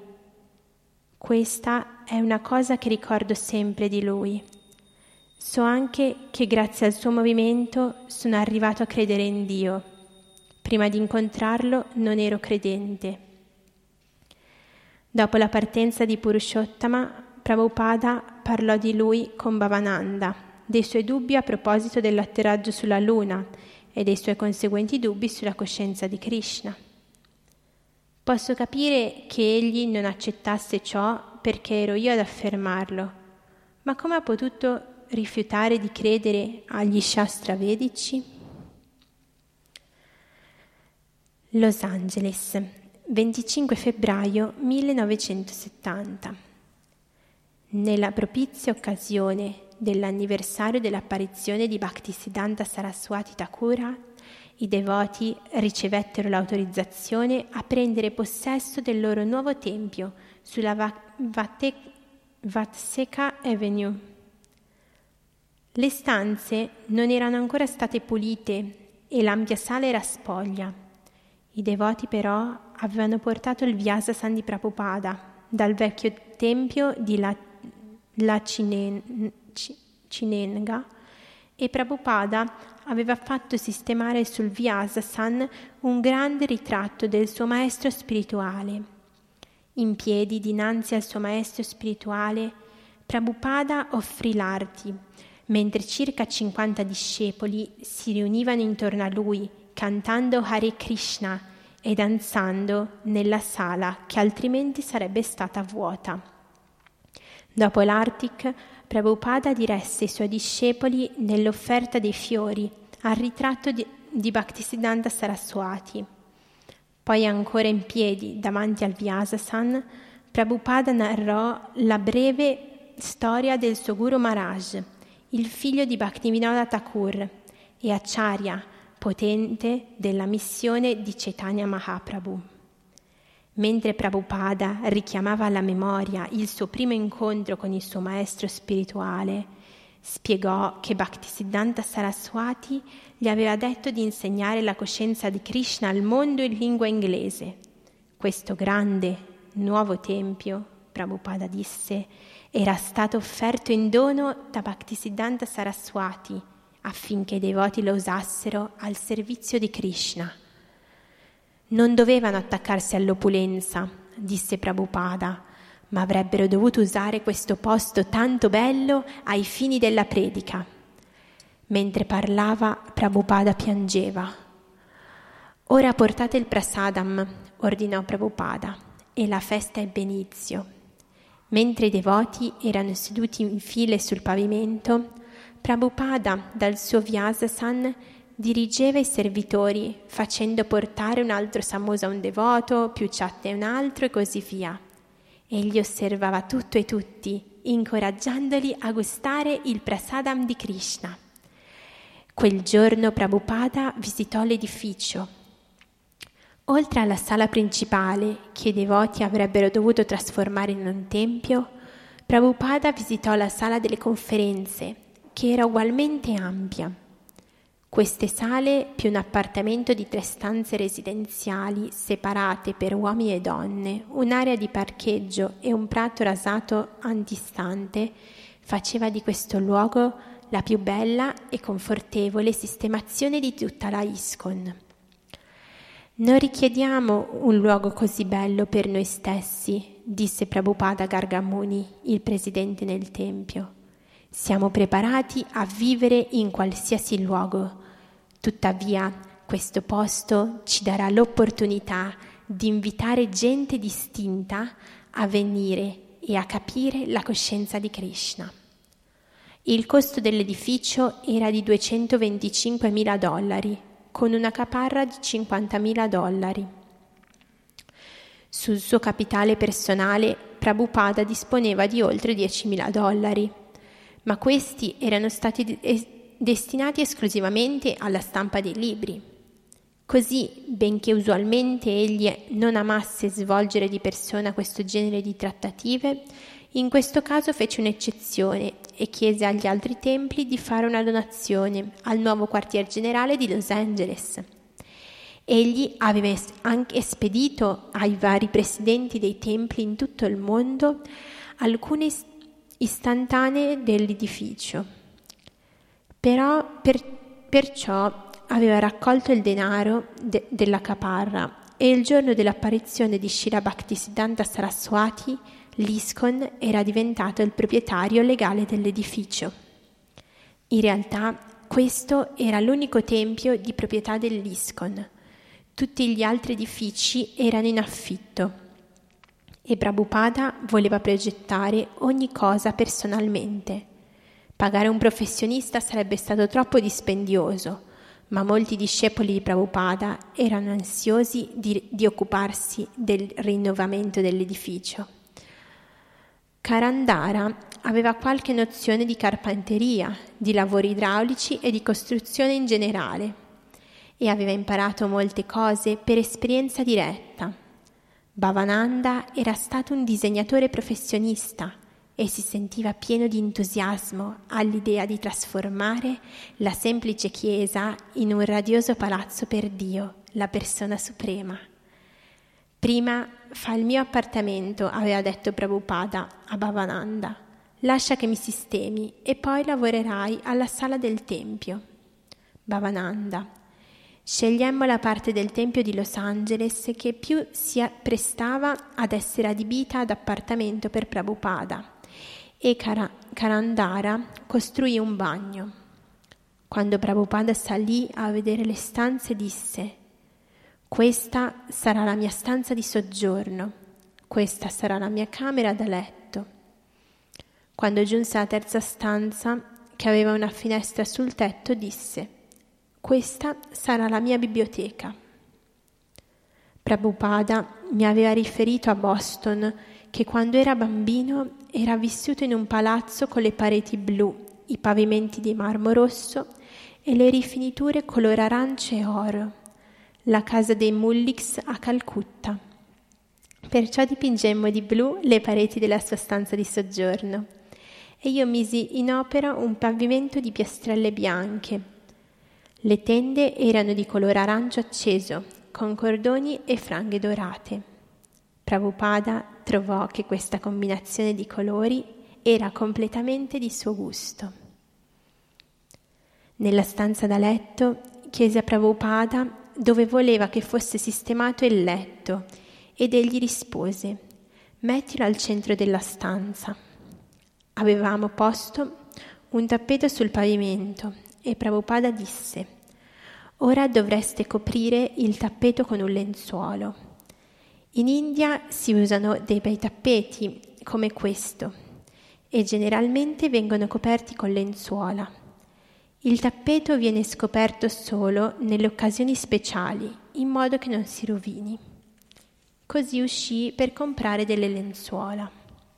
Questa è una cosa che ricordo sempre di lui. So anche che grazie al suo movimento sono arrivato a credere in Dio. Prima di incontrarlo non ero credente. Dopo la partenza di Purushottama, Prabhupada parlò di lui con Bhavananda, dei suoi dubbi a proposito dell'atterraggio sulla Luna e dei suoi conseguenti dubbi sulla coscienza di Krishna. Posso capire che egli non accettasse ciò perché ero io ad affermarlo, ma come ha potuto rifiutare di credere agli Shastra vedici? Los Angeles, venticinque febbraio millenovecentosettanta. Nella propizia occasione dell'anniversario dell'apparizione di Bhaktisiddhanta Saraswati Thakura, i devoti ricevettero l'autorizzazione a prendere possesso del loro nuovo tempio sulla Vatseka Avenue. Le stanze non erano ancora state pulite e l'ampia sala era spoglia. I devoti però avevano portato il Vyasasan di Prabhupada dal vecchio tempio di La, La Cinen, Cinenga e Prabhupada aveva fatto sistemare sul Vyasasan un grande ritratto del suo maestro spirituale. In piedi dinanzi al suo maestro spirituale, Prabhupada offrì l'arti, mentre circa cinquanta discepoli si riunivano intorno a lui, cantando Hare Krishna e danzando nella sala che altrimenti sarebbe stata vuota. Dopo l'Artik, Prabhupada diresse i suoi discepoli nell'offerta dei fiori al ritratto di, di Bhaktisiddhanta Saraswati. Poi ancora in piedi davanti al Vyasasan, Prabhupada narrò la breve storia del suo Guru Maharaj, il figlio di Bhaktivinoda Thakur e acciarya potente della missione di Chaitanya Mahaprabhu. Mentre Prabhupada richiamava alla memoria il suo primo incontro con il suo maestro spirituale, spiegò che Bhaktisiddhanta Saraswati gli aveva detto di insegnare la coscienza di Krishna al mondo in lingua inglese. Questo grande nuovo tempio, Prabhupada disse, era stato offerto in dono da Bhaktisiddhanta Saraswati affinché i devoti lo usassero al servizio di Krishna. Non dovevano attaccarsi all'opulenza, disse Prabhupada, ma avrebbero dovuto usare questo posto tanto bello ai fini della predica. Mentre parlava, Prabhupada piangeva. Ora portate il prasadam, ordinò Prabhupada, e la festa ebbe inizio. Mentre i devoti erano seduti in file sul pavimento, Prabhupada dal suo Vyasasan dirigeva i servitori, facendo portare un altro samosa a un devoto, più ciatte a un altro e così via. Egli osservava tutto e tutti, incoraggiandoli a gustare il prasadam di Krishna. Quel giorno Prabhupada visitò l'edificio. Oltre alla sala principale, che i devoti avrebbero dovuto trasformare in un tempio, Prabhupada visitò la sala delle conferenze, che era ugualmente ampia. Queste sale, più un appartamento di tre stanze residenziali separate per uomini e donne, un'area di parcheggio e un prato rasato antistante, faceva di questo luogo la più bella e confortevole sistemazione di tutta la ISKCON. Non richiediamo un luogo così bello per noi stessi, disse Prabhupada Gargamuni, il presidente nel tempio. Siamo preparati a vivere in qualsiasi luogo. Tuttavia, questo posto ci darà l'opportunità di invitare gente distinta a venire e a capire la coscienza di Krishna. Il costo dell'edificio era di duecentoventicinquemila dollari, con una caparra di cinquantamila dollari. Sul suo capitale personale, Prabhupada disponeva di oltre diecimila dollari. Ma questi erano stati destinati esclusivamente alla stampa dei libri. Così, benché usualmente egli non amasse svolgere di persona questo genere di trattative, in questo caso fece un'eccezione e chiese agli altri templi di fare una donazione al nuovo quartier generale di Los Angeles. Egli aveva anche spedito ai vari presidenti dei templi in tutto il mondo alcune istantanee dell'edificio. Però per, perciò aveva raccolto il denaro de, della caparra e il giorno dell'apparizione di Srila Bhaktisiddhanta Saraswati, l'ISKCON era diventato il proprietario legale dell'edificio. In realtà questo era l'unico tempio di proprietà dell'ISKCON. Tutti gli altri edifici erano in affitto. E Prabhupada voleva progettare ogni cosa personalmente. Pagare un professionista sarebbe stato troppo dispendioso, ma molti discepoli di Prabhupada erano ansiosi di, di occuparsi del rinnovamento dell'edificio. Karandara aveva qualche nozione di carpenteria, di lavori idraulici e di costruzione in generale, e aveva imparato molte cose per esperienza diretta. Bhavananda era stato un disegnatore professionista e si sentiva pieno di entusiasmo all'idea di trasformare la semplice chiesa in un radioso palazzo per Dio, la persona suprema. Prima fa il mio appartamento, aveva detto Prabhupada a Bhavananda, lascia che mi sistemi e poi lavorerai alla sala del tempio. Bhavananda: scegliemmo la parte del tempio di Los Angeles che più si prestava ad essere adibita ad appartamento per Prabhupada e Karandara costruì un bagno. Quando Prabhupada salì a vedere le stanze disse: questa sarà la mia stanza di soggiorno, questa sarà la mia camera da letto. Quando giunse alla terza stanza, che aveva una finestra sul tetto, disse: questa sarà la mia biblioteca. Prabhupada mi aveva riferito a Boston che quando era bambino era vissuto in un palazzo con le pareti blu, i pavimenti di marmo rosso e le rifiniture color arancia e oro, la casa dei Mulliks a Calcutta. Perciò dipingemmo di blu le pareti della sua stanza di soggiorno e io misi in opera un pavimento di piastrelle bianche. Le tende erano di colore arancio acceso, con cordoni e franghe dorate. Prabhupada trovò che questa combinazione di colori era completamente di suo gusto. Nella stanza da letto chiese a Prabhupada dove voleva che fosse sistemato il letto ed egli rispose: mettilo al centro della stanza. Avevamo posto un tappeto sul pavimento e Prabhupada disse: ora dovreste coprire il tappeto con un lenzuolo. In India si usano dei bei tappeti come questo e generalmente vengono coperti con lenzuola. Il tappeto viene scoperto solo nelle occasioni speciali, in modo che non si rovini. Così uscì per comprare delle lenzuola.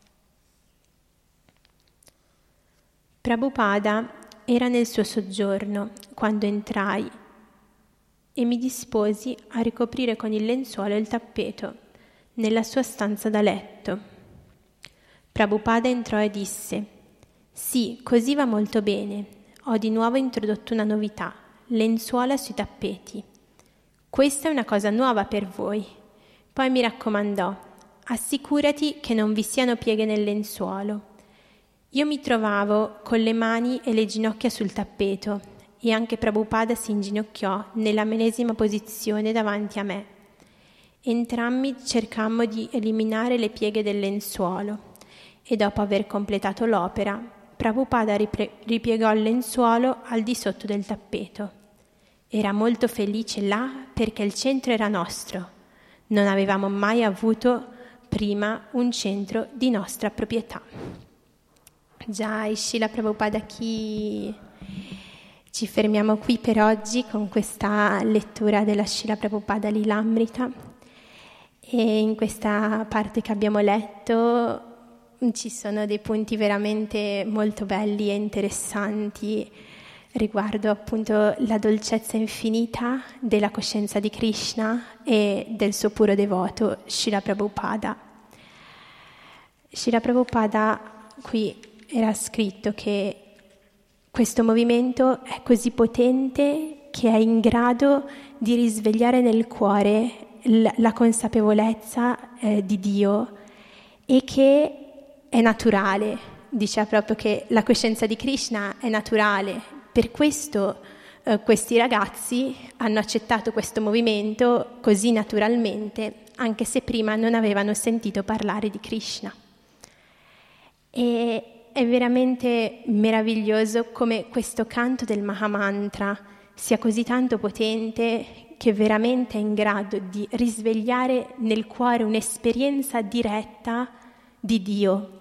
Prabhupada era nel suo soggiorno quando entrai e mi disposi a ricoprire con il lenzuolo il tappeto nella sua stanza da letto. Prabhupada entrò e disse: sì, così va molto bene. Ho di nuovo introdotto una novità, lenzuola sui tappeti. Questa è una cosa nuova per voi. Poi mi raccomandò: assicurati che non vi siano pieghe nel lenzuolo. Io mi trovavo con le mani e le ginocchia sul tappeto e anche Prabhupada si inginocchiò nella medesima posizione davanti a me. Entrambi cercammo di eliminare le pieghe del lenzuolo e dopo aver completato l'opera, Prabhupada ripre- ripiegò il lenzuolo al di sotto del tappeto. Era molto felice là perché il centro era nostro. Non avevamo mai avuto prima un centro di nostra proprietà. Jai Srila Prabhupada Ki. Ci fermiamo qui per oggi con questa lettura della Srila Prabhupada Lilamrita e in questa parte che abbiamo letto ci sono dei punti veramente molto belli e interessanti riguardo appunto la dolcezza infinita della coscienza di Krishna e del suo puro devoto Srila Prabhupada. Srila Prabhupada qui era scritto che questo movimento è così potente che è in grado di risvegliare nel cuore l- la consapevolezza eh, di Dio e che è naturale. Dice proprio che la coscienza di Krishna è naturale. Per questo eh, questi ragazzi hanno accettato questo movimento così naturalmente, anche se prima non avevano sentito parlare di Krishna. E è veramente meraviglioso come questo canto del Mahamantra sia così tanto potente che veramente è in grado di risvegliare nel cuore un'esperienza diretta di Dio.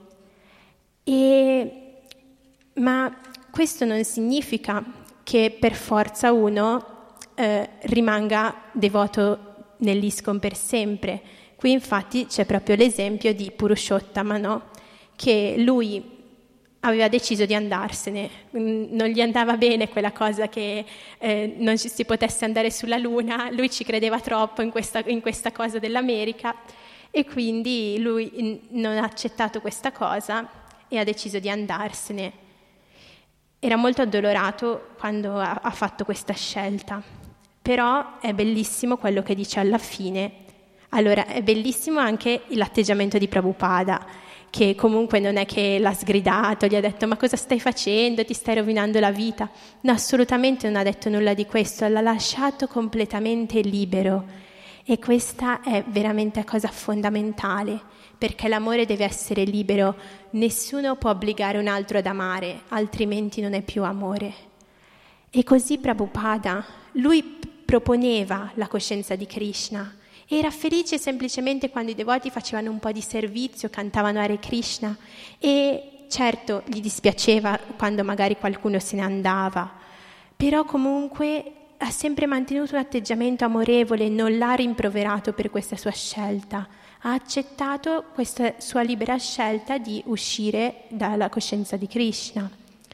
E, ma questo non significa che per forza uno eh, rimanga devoto nell'ISKCON per sempre. Qui infatti c'è proprio l'esempio di Purushottama, no? Che lui aveva deciso di andarsene, non gli andava bene quella cosa che eh, non ci si potesse andare sulla Luna, lui ci credeva troppo in questa, in questa cosa dell'America e quindi lui non ha accettato questa cosa e ha deciso di andarsene. Era molto addolorato quando ha, ha fatto questa scelta, però è bellissimo quello che dice alla fine. Allora, è bellissimo anche l'atteggiamento di Prabhupada, che comunque non è che l'ha sgridato, gli ha detto ma cosa stai facendo, ti stai rovinando la vita. No, assolutamente non ha detto nulla di questo, l'ha lasciato completamente libero e questa è veramente cosa fondamentale, perché l'amore deve essere libero, nessuno può obbligare un altro ad amare, altrimenti non è più amore. E così Prabhupada, lui proponeva la coscienza di Krishna. Era felice semplicemente quando i devoti facevano un po' di servizio, cantavano Hare Krishna e Certo, gli dispiaceva quando magari qualcuno se ne andava, però comunque ha sempre mantenuto un atteggiamento amorevole, non l'ha rimproverato per questa sua scelta, ha accettato questa sua libera scelta di uscire dalla coscienza di Krishna.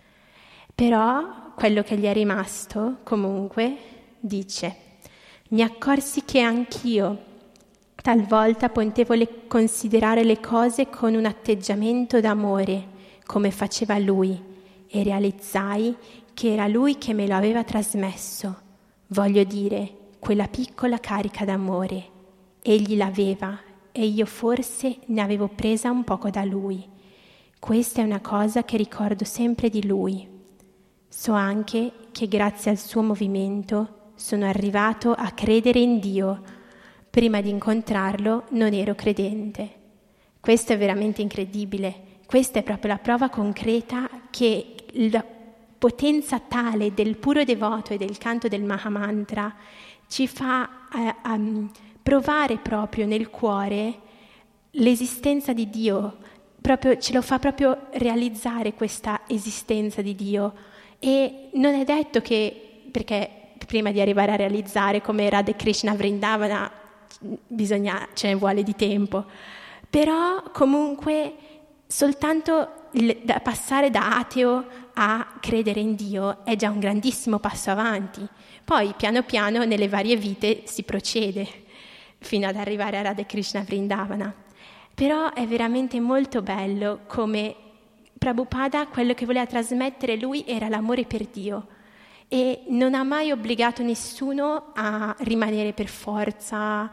Però quello che gli è rimasto, comunque, dice: mi accorsi che anch'io talvolta potevo le- considerare le cose con un atteggiamento d'amore, come faceva lui, e realizzai che era lui che me lo aveva trasmesso. Voglio dire, quella piccola carica d'amore. Egli l'aveva e io forse ne avevo presa un poco da lui. Questa è una cosa che ricordo sempre di lui. So anche che grazie al suo movimento sono arrivato a credere in Dio. Prima di incontrarlo non ero credente. Questo è veramente incredibile. Questa è proprio la prova concreta che la potenza tale del puro devoto e del canto del Mahamantra ci fa eh, um, provare proprio nel cuore l'esistenza di Dio, proprio, ce lo fa proprio realizzare questa esistenza di Dio. E non è detto che, perché prima di arrivare a realizzare come Radha Krishna Vrindavana bisogna, ce ne vuole di tempo, però comunque soltanto il, da passare da ateo a credere in Dio è già un grandissimo passo avanti. Poi piano piano nelle varie vite si procede fino ad arrivare a Radha Krishna Vrindavana. Però è veramente molto bello come Prabhupada, quello che voleva trasmettere lui era l'amore per Dio e non ha mai obbligato nessuno a rimanere per forza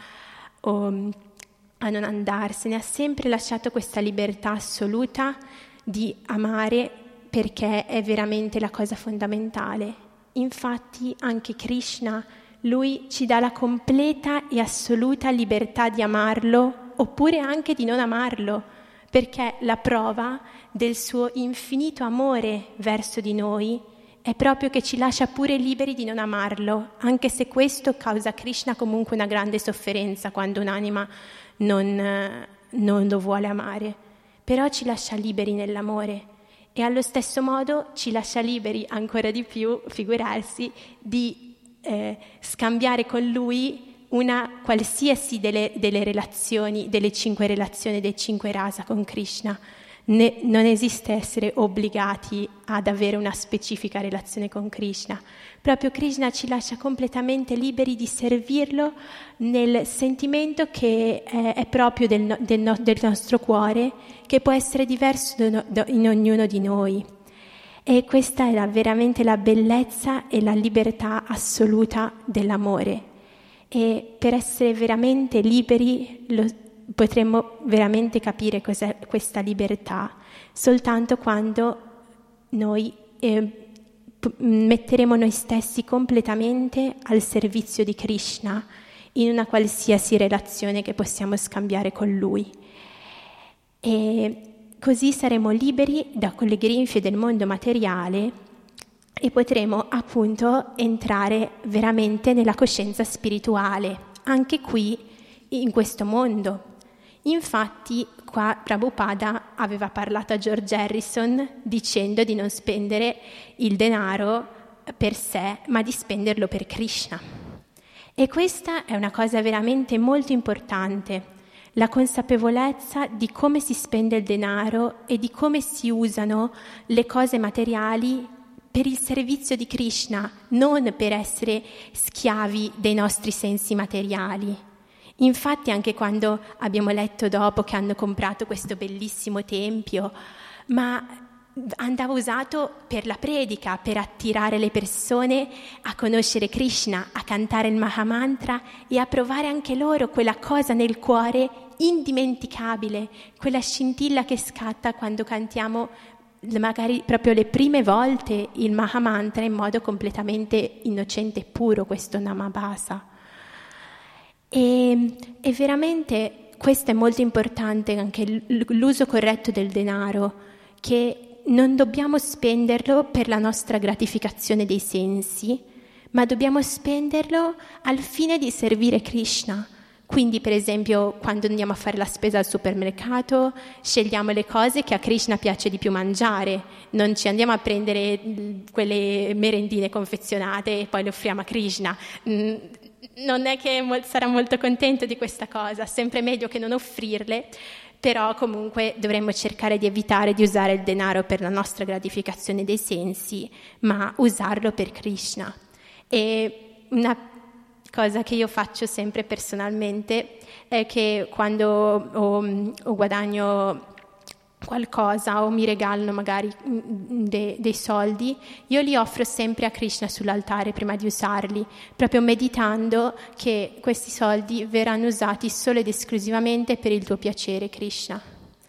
o a non andarsene, ha sempre lasciato questa libertà assoluta di amare, perché è veramente la cosa fondamentale. Infatti anche Krishna, lui ci dà la completa e assoluta libertà di amarlo oppure anche di non amarlo, perché la prova del suo infinito amore verso di noi è proprio che ci lascia pure liberi di non amarlo, anche se questo causa a Krishna comunque una grande sofferenza quando un'anima non, non lo vuole amare, però ci lascia liberi nell'amore e allo stesso modo ci lascia liberi ancora di più, figurarsi, di eh, scambiare con lui una qualsiasi delle, delle relazioni, delle cinque relazioni, dei cinque rasa con Krishna. Ne, non esiste essere obbligati ad avere una specifica relazione con Krishna. Proprio Krishna ci lascia completamente liberi di servirlo nel sentimento che è, è proprio del, del, no, del nostro cuore, che può essere diverso do, do, in ognuno di noi. E questa è la, veramente la bellezza e la libertà assoluta dell'amore. E per essere veramente liberi lo, potremmo veramente capire cos'è questa libertà soltanto quando noi eh, p- metteremo noi stessi completamente al servizio di Krishna in una qualsiasi relazione che possiamo scambiare con Lui. E così saremo liberi da quelle grinfie del mondo materiale e potremo appunto entrare veramente nella coscienza spirituale, anche qui in questo mondo. Infatti qua Prabhupada aveva parlato a George Harrison dicendo di non spendere il denaro per sé, ma di spenderlo per Krishna. E questa è una cosa veramente molto importante, la consapevolezza di come si spende il denaro e di come si usano le cose materiali per il servizio di Krishna, non per essere schiavi dei nostri sensi materiali. Infatti anche quando abbiamo letto dopo che hanno comprato questo bellissimo tempio, ma andava usato per la predica, per attirare le persone a conoscere Krishna, a cantare il Mahamantra e a provare anche loro quella cosa nel cuore indimenticabile, quella scintilla che scatta quando cantiamo magari proprio le prime volte il Mahamantra in modo completamente innocente e puro, questo Namabhasa. E, e veramente questo è molto importante, anche l'uso corretto del denaro, che non dobbiamo spenderlo per la nostra gratificazione dei sensi, ma dobbiamo spenderlo al fine di servire Krishna. Quindi, per esempio, quando andiamo a fare la spesa al supermercato, scegliamo le cose che a Krishna piace di più mangiare, non ci andiamo a prendere quelle merendine confezionate e poi le offriamo a Krishna. Non è che sarà molto contento di questa cosa, sempre meglio che non offrirle, però comunque dovremmo cercare di evitare di usare il denaro per la nostra gratificazione dei sensi, ma usarlo per Krishna. E una cosa che io faccio sempre personalmente è che quando ho, o guadagno qualcosa o mi regalano magari de, dei soldi, io li offro sempre a Krishna sull'altare prima di usarli, proprio meditando che questi soldi verranno usati solo ed esclusivamente per il tuo piacere, Krishna.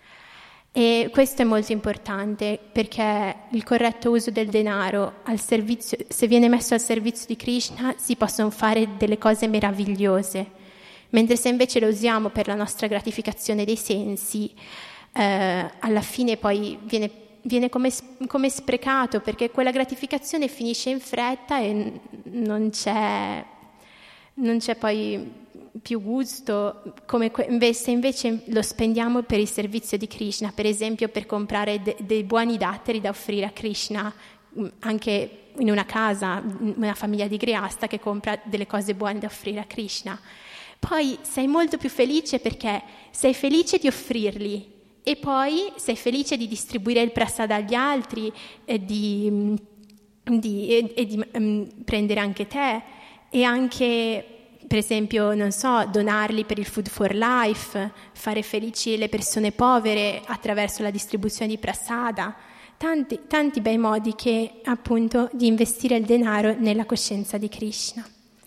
E questo è molto importante, perché il corretto uso del denaro al servizio, se viene messo al servizio di Krishna, si possono fare delle cose meravigliose, mentre se invece lo usiamo per la nostra gratificazione dei sensi, eh, alla fine poi viene, viene come, come sprecato, perché quella gratificazione finisce in fretta e non c'è, non c'è poi più gusto, come que- se invece lo spendiamo per il servizio di Krishna, per esempio per comprare de- dei buoni datteri da offrire a Krishna, anche in una casa, una famiglia di Grihasta che compra delle cose buone da offrire a Krishna. Poi sei molto più felice perché sei felice di offrirli e poi sei felice di distribuire il prasada agli altri e di, di, e, e di um, prendere anche te e anche, per esempio, non so, donarli per il Food for Life, fare felici le persone povere attraverso la distribuzione di prasada, tanti, tanti bei modi che appunto di investire il denaro nella coscienza di Krishna.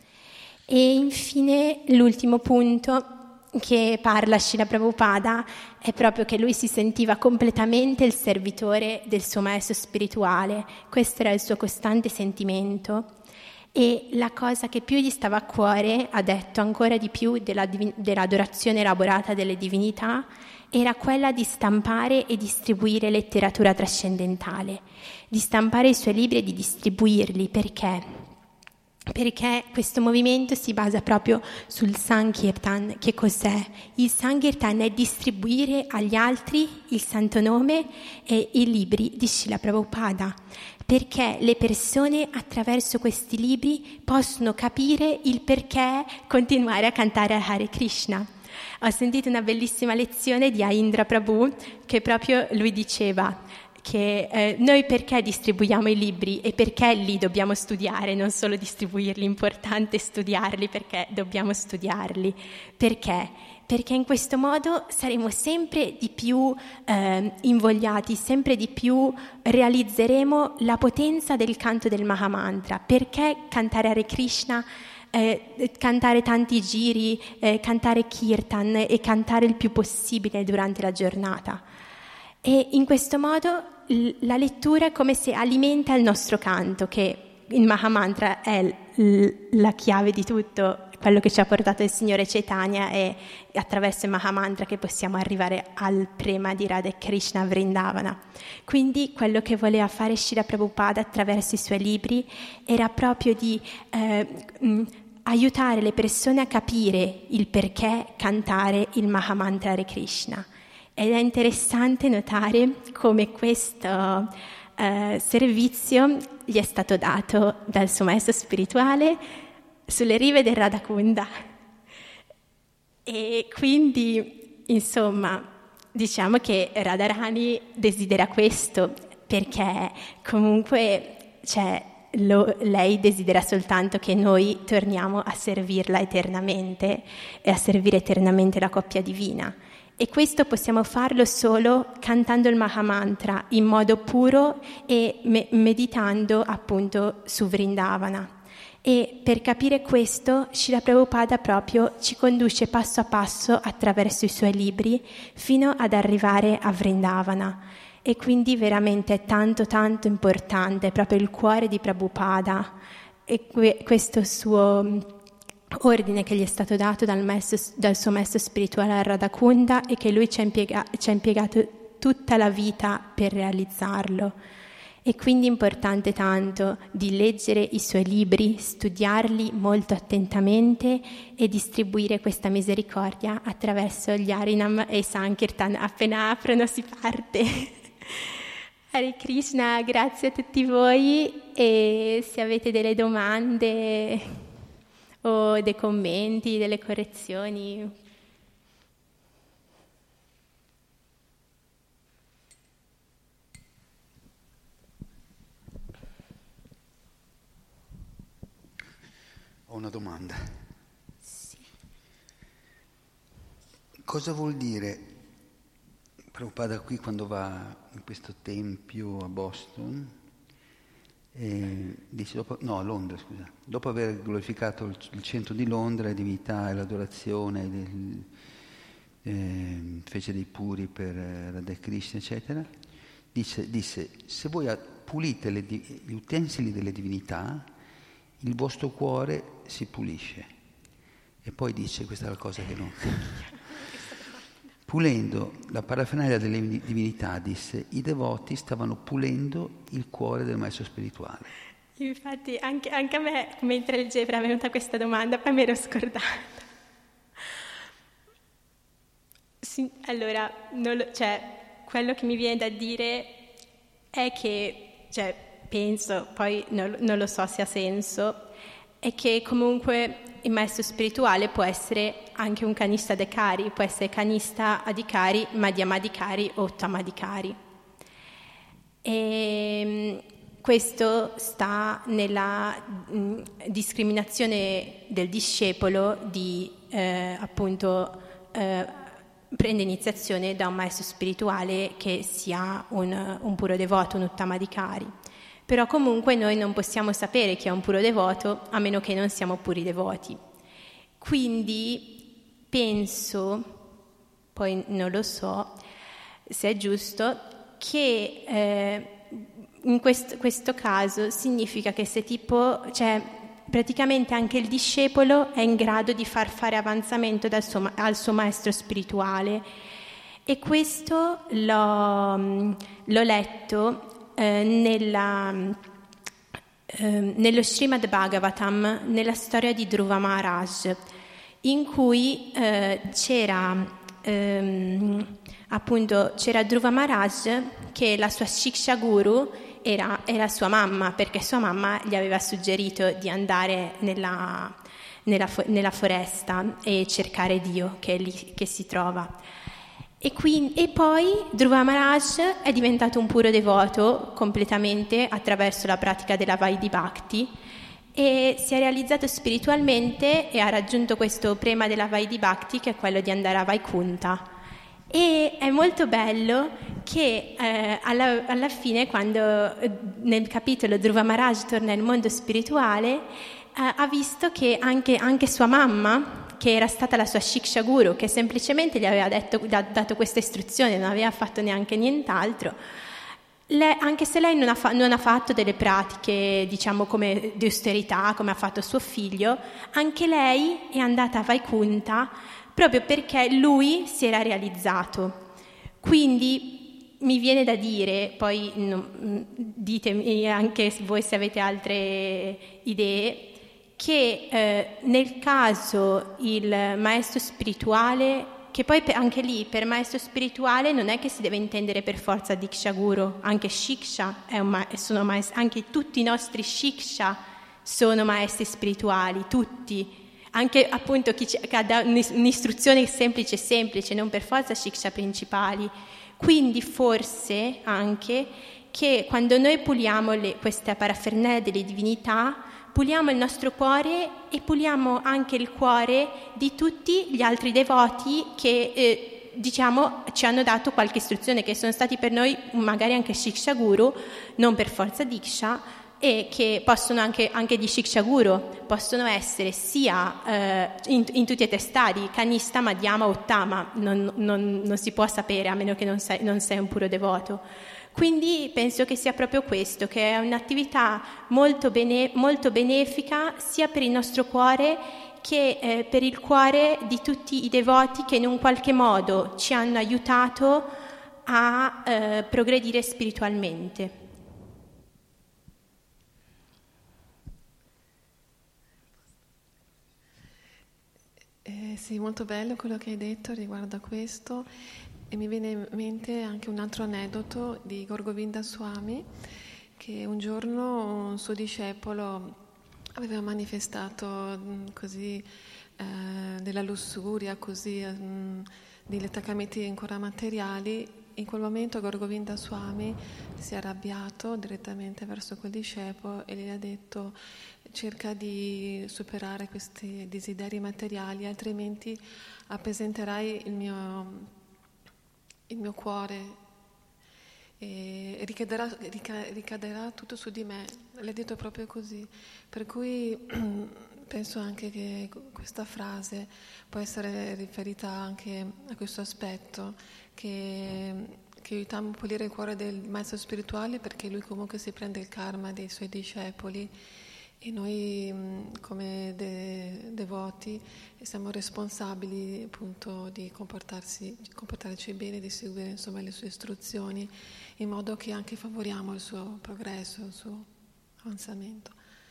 E infine l'ultimo punto che parla Srila Prabhupada è proprio che lui si sentiva completamente il servitore del suo maestro spirituale, questo era il suo costante sentimento. E la cosa che più gli stava a cuore, ha detto ancora di più della, dell'adorazione elaborata delle divinità, era quella di stampare e distribuire letteratura trascendentale, di stampare i suoi libri e di distribuirli. Perché? Perché questo movimento si basa proprio sul Sankirtan. Che cos'è? Il Sankirtan è distribuire agli altri il santo nome e i libri di Srila Prabhupada, perché le persone attraverso questi libri possono capire il perché continuare a cantare Hare Krishna. Ho sentito una bellissima lezione di Aindra Prabhu che proprio lui diceva che eh, noi perché distribuiamo i libri e perché li dobbiamo studiare, non solo distribuirli, è importante studiarli perché dobbiamo studiarli. Perché? Perché in questo modo saremo sempre di più eh, invogliati, sempre di più realizzeremo la potenza del canto del Mahamantra. Perché cantare Hare Krishna, eh, cantare tanti giri, eh, cantare Kirtan e cantare il più possibile durante la giornata? E in questo modo l- la lettura è come se alimenta il nostro canto, che il Mahamantra è l- la chiave di tutto. Quello che ci ha portato il Signore Chaitanya è attraverso il Mahamantra che possiamo arrivare al prema di Radha Krishna Vrindavana. Quindi quello che voleva fare Srila Prabhupada attraverso i suoi libri era proprio di eh, mh, aiutare le persone a capire il perché cantare il Mahamantra Hare Krishna. Ed è interessante notare come questo eh, servizio gli è stato dato dal suo maestro spirituale sulle rive del Radhakunda. E quindi, insomma, diciamo che Radharani desidera questo, perché comunque cioè, lo, lei desidera soltanto che noi torniamo a servirla eternamente e a servire eternamente la coppia divina. E questo possiamo farlo solo cantando il Mahamantra in modo puro e me- meditando appunto su Vrindavana. E per capire questo, Srila Prabhupada proprio ci conduce passo a passo attraverso i suoi libri fino ad arrivare a Vrindavana. E quindi veramente è tanto tanto importante proprio il cuore di Prabhupada e que- questo suo ordine che gli è stato dato dal, maestro, dal suo maestro spirituale Radhakunda e che lui ci ha, impiega- ci ha impiegato tutta la vita per realizzarlo. È quindi importante tanto di leggere i suoi libri, studiarli molto attentamente e distribuire questa misericordia attraverso gli Harinam e i Sankirtan. Appena aprono si parte. Hare Krishna, grazie a tutti voi, e se avete delle domande o dei commenti, delle correzioni. Ho una domanda. Sì. Cosa vuol dire Prabhupada qui quando va in questo tempio a Boston? E dice dopo, no, a Londra, scusa. Dopo aver glorificato il, il centro di Londra, la divinità e l'adorazione, del, eh, fece dei puri per eh, Radha Krishna, eccetera, dice, disse, se voi pulite le, gli utensili delle divinità, il vostro cuore si pulisce. E poi dice, questa è la cosa che non... Pulendo la parafernalia delle divinità, disse, i devoti stavano pulendo il cuore del maestro spirituale. Infatti anche, anche a me, mentre leggevo, era venuta questa domanda, poi mi ero scordata. Sì, allora, non lo, cioè, quello che mi viene da dire è che, cioè, penso, poi non, non lo so se ha senso, è che comunque il maestro spirituale può essere anche un canista adhikari, può essere canista adhikari, madhyamadhikari o uttamadhikari. E questo sta nella mh, discriminazione del discepolo di eh, appunto eh, prende iniziazione da un maestro spirituale che sia un, un puro devoto, un uttamadhikari. Però comunque noi non possiamo sapere chi è un puro devoto a meno che non siamo puri devoti. Quindi penso, poi non lo so se è giusto, che eh, in questo, questo caso significa che se tipo, cioè praticamente anche il discepolo è in grado di far fare avanzamento dal suo, al suo maestro spirituale. E questo l'ho, l'ho letto Eh, nella, eh, nello Srimad Bhagavatam, nella storia di Dhruva Maharaj, in cui eh, c'era ehm, appunto c'era Dhruva Maharaj che la sua Shiksha Guru era, era sua mamma, perché sua mamma gli aveva suggerito di andare nella, nella, nella foresta e cercare Dio, che è lì che si trova. E, quindi, e poi Dhruva Maharaj è diventato un puro devoto completamente attraverso la pratica della Vaidhi Bhakti e si è realizzato spiritualmente e ha raggiunto questo prema della Vaidhi Bhakti, che è quello di andare a Vaikuntha. E è molto bello che eh, alla, alla fine, quando eh, nel capitolo Dhruva Maharaj torna nel mondo spirituale, eh, ha visto che anche, anche sua mamma, che era stata la sua Shiksha Guru, che semplicemente gli aveva detto, gli ha dato questa istruzione, non aveva fatto neanche nient'altro, lei, anche se lei non ha, fa, non ha fatto delle pratiche, diciamo, come di austerità, come ha fatto suo figlio, anche lei è andata a Vaikuntha proprio perché lui si era realizzato. Quindi mi viene da dire, poi no, ditemi anche voi se avete altre idee, che eh, nel caso il maestro spirituale, che poi anche lì per maestro spirituale non è che si deve intendere per forza Diksha Guru, anche Shiksha è un ma- sono maestri, anche tutti i nostri Shiksha sono maestri spirituali, tutti, anche appunto chi, chi ha un'istruzione semplice semplice, non per forza Shiksha principali. Quindi forse anche che quando noi puliamo le, queste parafernalie delle divinità, puliamo il nostro cuore e puliamo anche il cuore di tutti gli altri devoti che eh, diciamo ci hanno dato qualche istruzione, che sono stati per noi magari anche Shiksha Guru, non per forza Diksha, e che possono anche, anche di Shiksha Guru possono essere sia eh, in, in tutti i testati, Kanista, Madhyama, Uttama, non, non, non si può sapere a meno che non sei, non sei un puro devoto. Quindi penso che sia proprio questo, che è un'attività molto, bene, molto benefica sia per il nostro cuore che eh, per il cuore di tutti i devoti che in un qualche modo ci hanno aiutato a eh, progredire spiritualmente. sì, molto bello quello che hai detto riguardo a questo, e mi viene in mente anche un altro aneddoto di Gorgovinda Swami, che un giorno un suo discepolo aveva manifestato mh, così eh, della lussuria, così mh, degli attaccamenti ancora materiali. In quel momento Gorgovinda Swami si è arrabbiato direttamente verso quel discepolo e gli ha detto: cerca di superare questi desideri materiali, altrimenti appesanterai il mio, il mio cuore e ricaderà, rica- ricaderà tutto su di me. L'ha detto proprio così. Per cui penso anche che questa frase può essere riferita anche a questo aspetto, che, che aiutiamo a pulire il cuore del maestro spirituale, perché lui comunque si prende il karma dei suoi discepoli e noi come de- devoti siamo responsabili appunto di comportarsi, di comportarci bene, di seguire insomma le sue istruzioni, in modo che anche favoriamo il suo progresso, il suo avanzamento.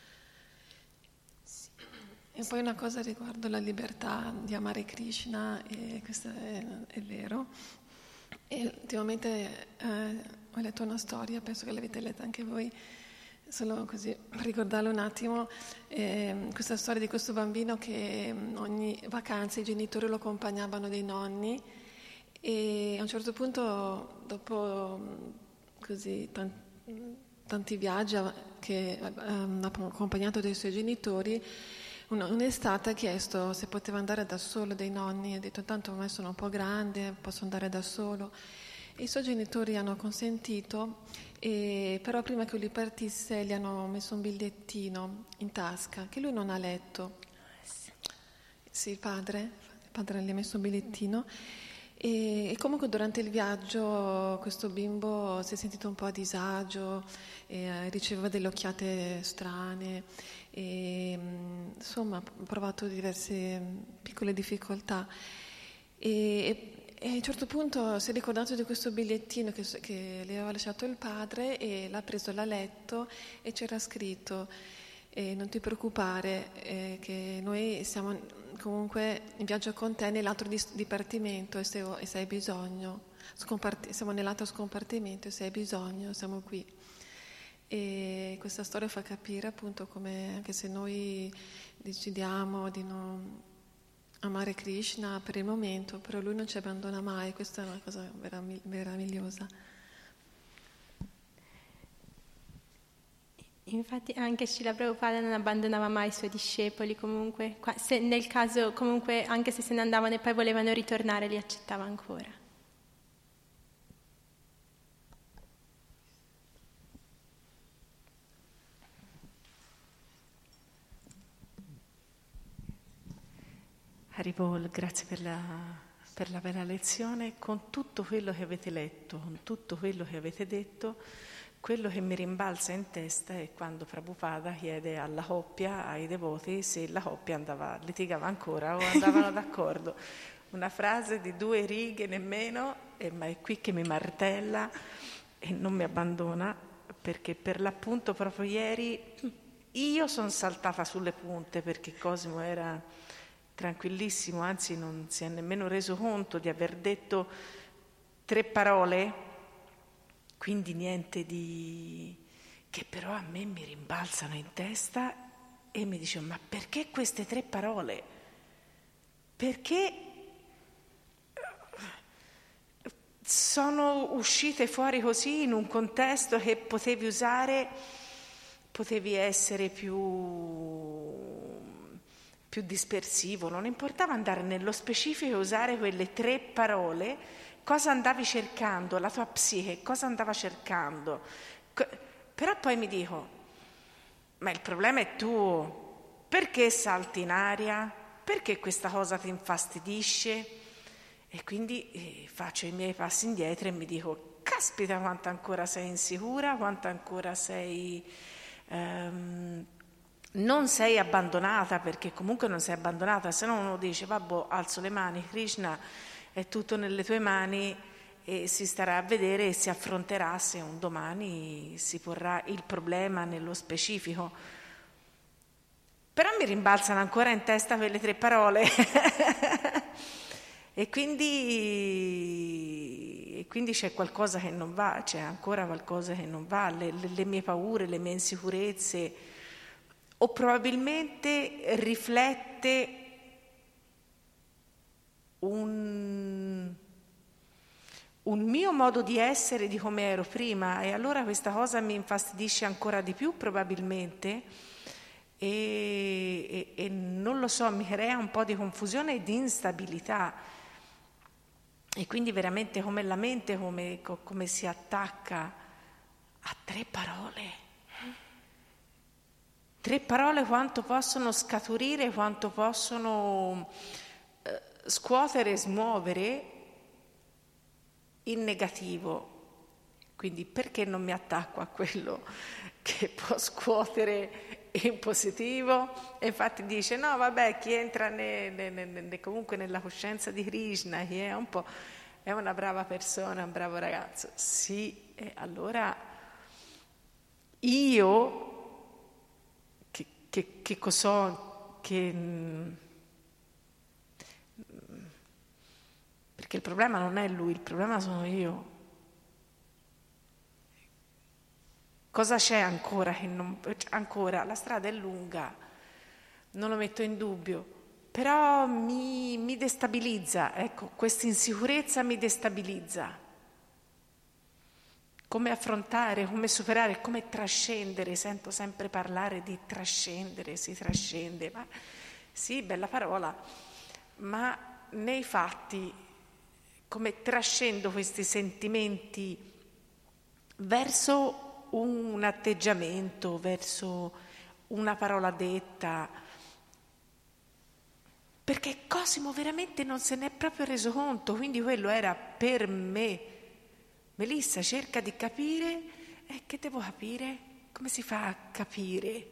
Sì. E poi una cosa riguardo la libertà di amare Krishna, e questo è, è vero. E ultimamente eh, ho letto una storia, penso che l'avete letta anche voi, solo così per ricordarlo un attimo, eh, questa storia di questo bambino che ogni vacanza i genitori lo accompagnavano dai nonni, e a un certo punto, dopo così tanti, tanti viaggi che ha accompagnato dai suoi genitori, un'estate ha chiesto se poteva andare da solo dai nonni, ha detto: tanto ormai sono un po' grande, posso andare da solo. E i suoi genitori hanno consentito, e però prima che lui partisse gli hanno messo un bigliettino in tasca che lui non ha letto. Sì, il padre, il padre gli ha messo un bigliettino, e, e comunque durante il viaggio questo bimbo si è sentito un po' a disagio, e riceveva delle occhiate strane, e insomma ha provato diverse piccole difficoltà, e, e a un certo punto si è ricordato di questo bigliettino che, che le aveva lasciato il padre, e l'ha preso, l'ha letto, e c'era scritto: eh, non ti preoccupare, eh, che noi siamo comunque in viaggio con te nell'altro dis- dipartimento, e se, e se hai bisogno, scomparti- siamo nell'altro scompartimento, e se hai bisogno siamo qui. E questa storia fa capire appunto come, anche se noi decidiamo di non amare Krishna per il momento, però lui non ci abbandona mai. Questa è una cosa veram- meravigliosa. Infatti anche Srila Prabhupada non abbandonava mai i suoi discepoli, comunque se nel caso, comunque anche se se ne andavano e poi volevano ritornare, li accettava ancora. Haribol, grazie per la, per la bella lezione. Con tutto quello che avete letto, con tutto quello che avete detto, quello che mi rimbalza in testa è quando Prabhupada chiede alla coppia, ai devoti, se la coppia andava, litigava ancora o andavano d'accordo. Una frase di due righe nemmeno, eh, ma è qui che mi martella e non mi abbandona, perché per l'appunto proprio ieri io sono saltata sulle punte, perché Cosimo era tranquillissimo, anzi non si è nemmeno reso conto di aver detto tre parole, quindi niente di... che però a me mi rimbalzano in testa e mi dice: ma perché queste tre parole? Perché sono uscite fuori così in un contesto che potevi usare, potevi essere più più dispersivo, non importava andare nello specifico e usare quelle tre parole. Cosa andavi cercando? La tua psiche cosa andava cercando? Però poi mi dico: ma il problema è tuo, perché salti in aria? Perché questa cosa ti infastidisce? E quindi eh, faccio i miei passi indietro e mi dico: caspita, quanto ancora sei insicura, quanto ancora sei ehm, non sei abbandonata, perché comunque non sei abbandonata, se no uno dice: vabbè, alzo le mani, Krishna è tutto nelle tue mani, e si starà a vedere e si affronterà se un domani si porrà il problema nello specifico. Però mi rimbalzano ancora in testa quelle tre parole. E quindi, e quindi c'è qualcosa che non va, c'è ancora qualcosa che non va, le, le, le mie paure, le mie insicurezze, o probabilmente riflette un, un mio modo di essere di come ero prima, e allora questa cosa mi infastidisce ancora di più probabilmente, e, e, e non lo so, mi crea un po' di confusione e di instabilità. E quindi veramente come la mente, come, come si attacca a tre parole. Tre parole quanto possono scaturire, quanto possono eh, scuotere e smuovere in negativo. Quindi perché non mi attacco a quello che può scuotere in positivo? E infatti dice no vabbè, chi entra ne, ne, ne, ne, comunque nella coscienza di Krishna, chi è un po' è una brava persona, un bravo ragazzo. Sì, e allora io che, che, che cos'ho che perché il problema non è lui, il problema sono io. Cosa c'è ancora che non... Ancora, la strada è lunga, non lo metto in dubbio, però mi, mi destabilizza, ecco, questa insicurezza mi destabilizza. Come affrontare, come superare, come trascendere, sento sempre parlare di trascendere, si trascende, ma sì, bella parola, ma nei fatti come trascendo questi sentimenti verso un atteggiamento, verso una parola detta, perché Cosimo veramente non se n'è proprio reso conto, quindi quello era per me. Melissa cerca di capire, e che devo capire? Come si fa a capire?